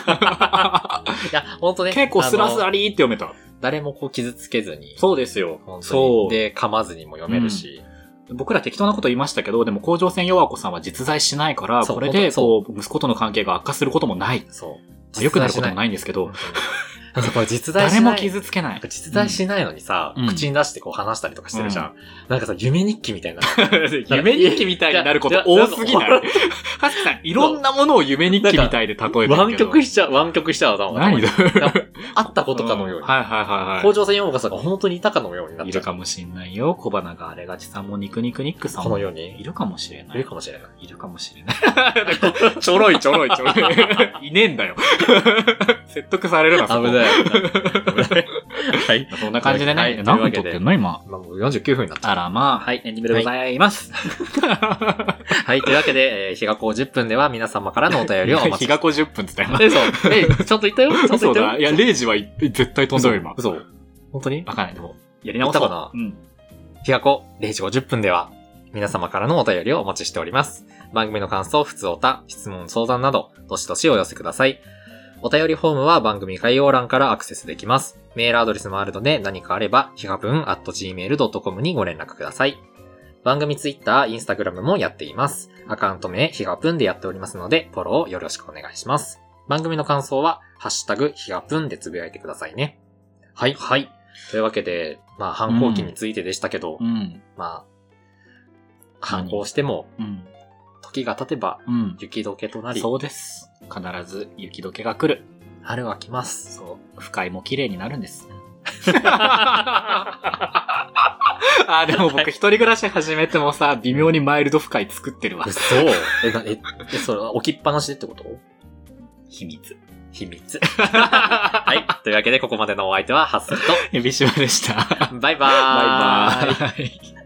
いや、本当ね。 結構スラスラリーって読めた。 誰もこう傷つけずに。 そうですよ。 本当に。そう。で、噛まずにも読めるし。 うん、僕ら適当なこと言いましたけど、でも甲状腺弱子さんは実在しないから、これで、こう、息子との関係が悪化することもない。 そう。 良くなることもないんですけど。 これ実在しない。 誰も傷つけない。 実在しないのにさ、うん、口に出してこう話したりとかしてるじゃん。うん、なんかさ、夢日記みたいな。 夢日記みたいになること多すぎない。はすきさん、いろんなものを夢日記みたいで例えてるけど。 湾曲しちゃう、湾曲しちゃう。 何だあったことかのように。 はいはいはいはい。 甲状腺弱子さんが本当にいたかのようになっちゃう。 いるかもしれないよ。小花があれがちさんもニクニクニックさんも。 このように。 いるかもしれない。 いるかもしれない。 いるかもしれない。ちょろいちょろいちょろい。いねえんだよ。説得されるな、 危ない。はい。 そんな感じでね。はい、何分撮ってんの今。 今もうよんじゅうきゅうふんになった。 あらまあ、はい、エンディングでございます。 はい、というわけで、えー、日がこじゅっぷんでは皆様からのお便りをお待ち。 日がこじゅっぷんって言ったよ。え、そう。え、ちゃんと言ったよちゃんと言ったよ。 そうだ。いや、れいじは絶対飛んだよ、今。 そう。本当にわかんない。でも、やり直そう。 言ったかなうん。日がこれいじごじゅっぷんでは、皆様からのお便りをお待ちしております。番組の感想、ふつおた、質問、相談など、どしどしお寄せください。お便りフォームは番組概要欄からアクセスできます。メールアドレスもあるので何かあれば、ひがぷん アットジーメールドットコム にご連絡ください。番組ツイッター、インスタグラムもやっています。アカウント名、ひがぷんでやっておりますので、フォローよろしくお願いします。番組の感想は、ハッシュタグ、ひがぷんでつぶやいてくださいね。はい。はい。というわけで、まあ、反抗期についてでしたけど、うん、まあ、反抗しても、うん、時が経てば、雪解けとなり、 そうです。必ず雪解けが来る。 春は来ます。 そう。不快も綺麗になるんです。あ、でも僕一人暮らし始めてもさ、微妙にマイルド不快作ってるわ。 そう。え、な、え、え、それは置きっぱなしでってこと？ 秘密。 秘密。はい。というわけで、ここまでのお相手は、ハッスルと、 エビシバでした。 バイバーイ。 バイバーイ。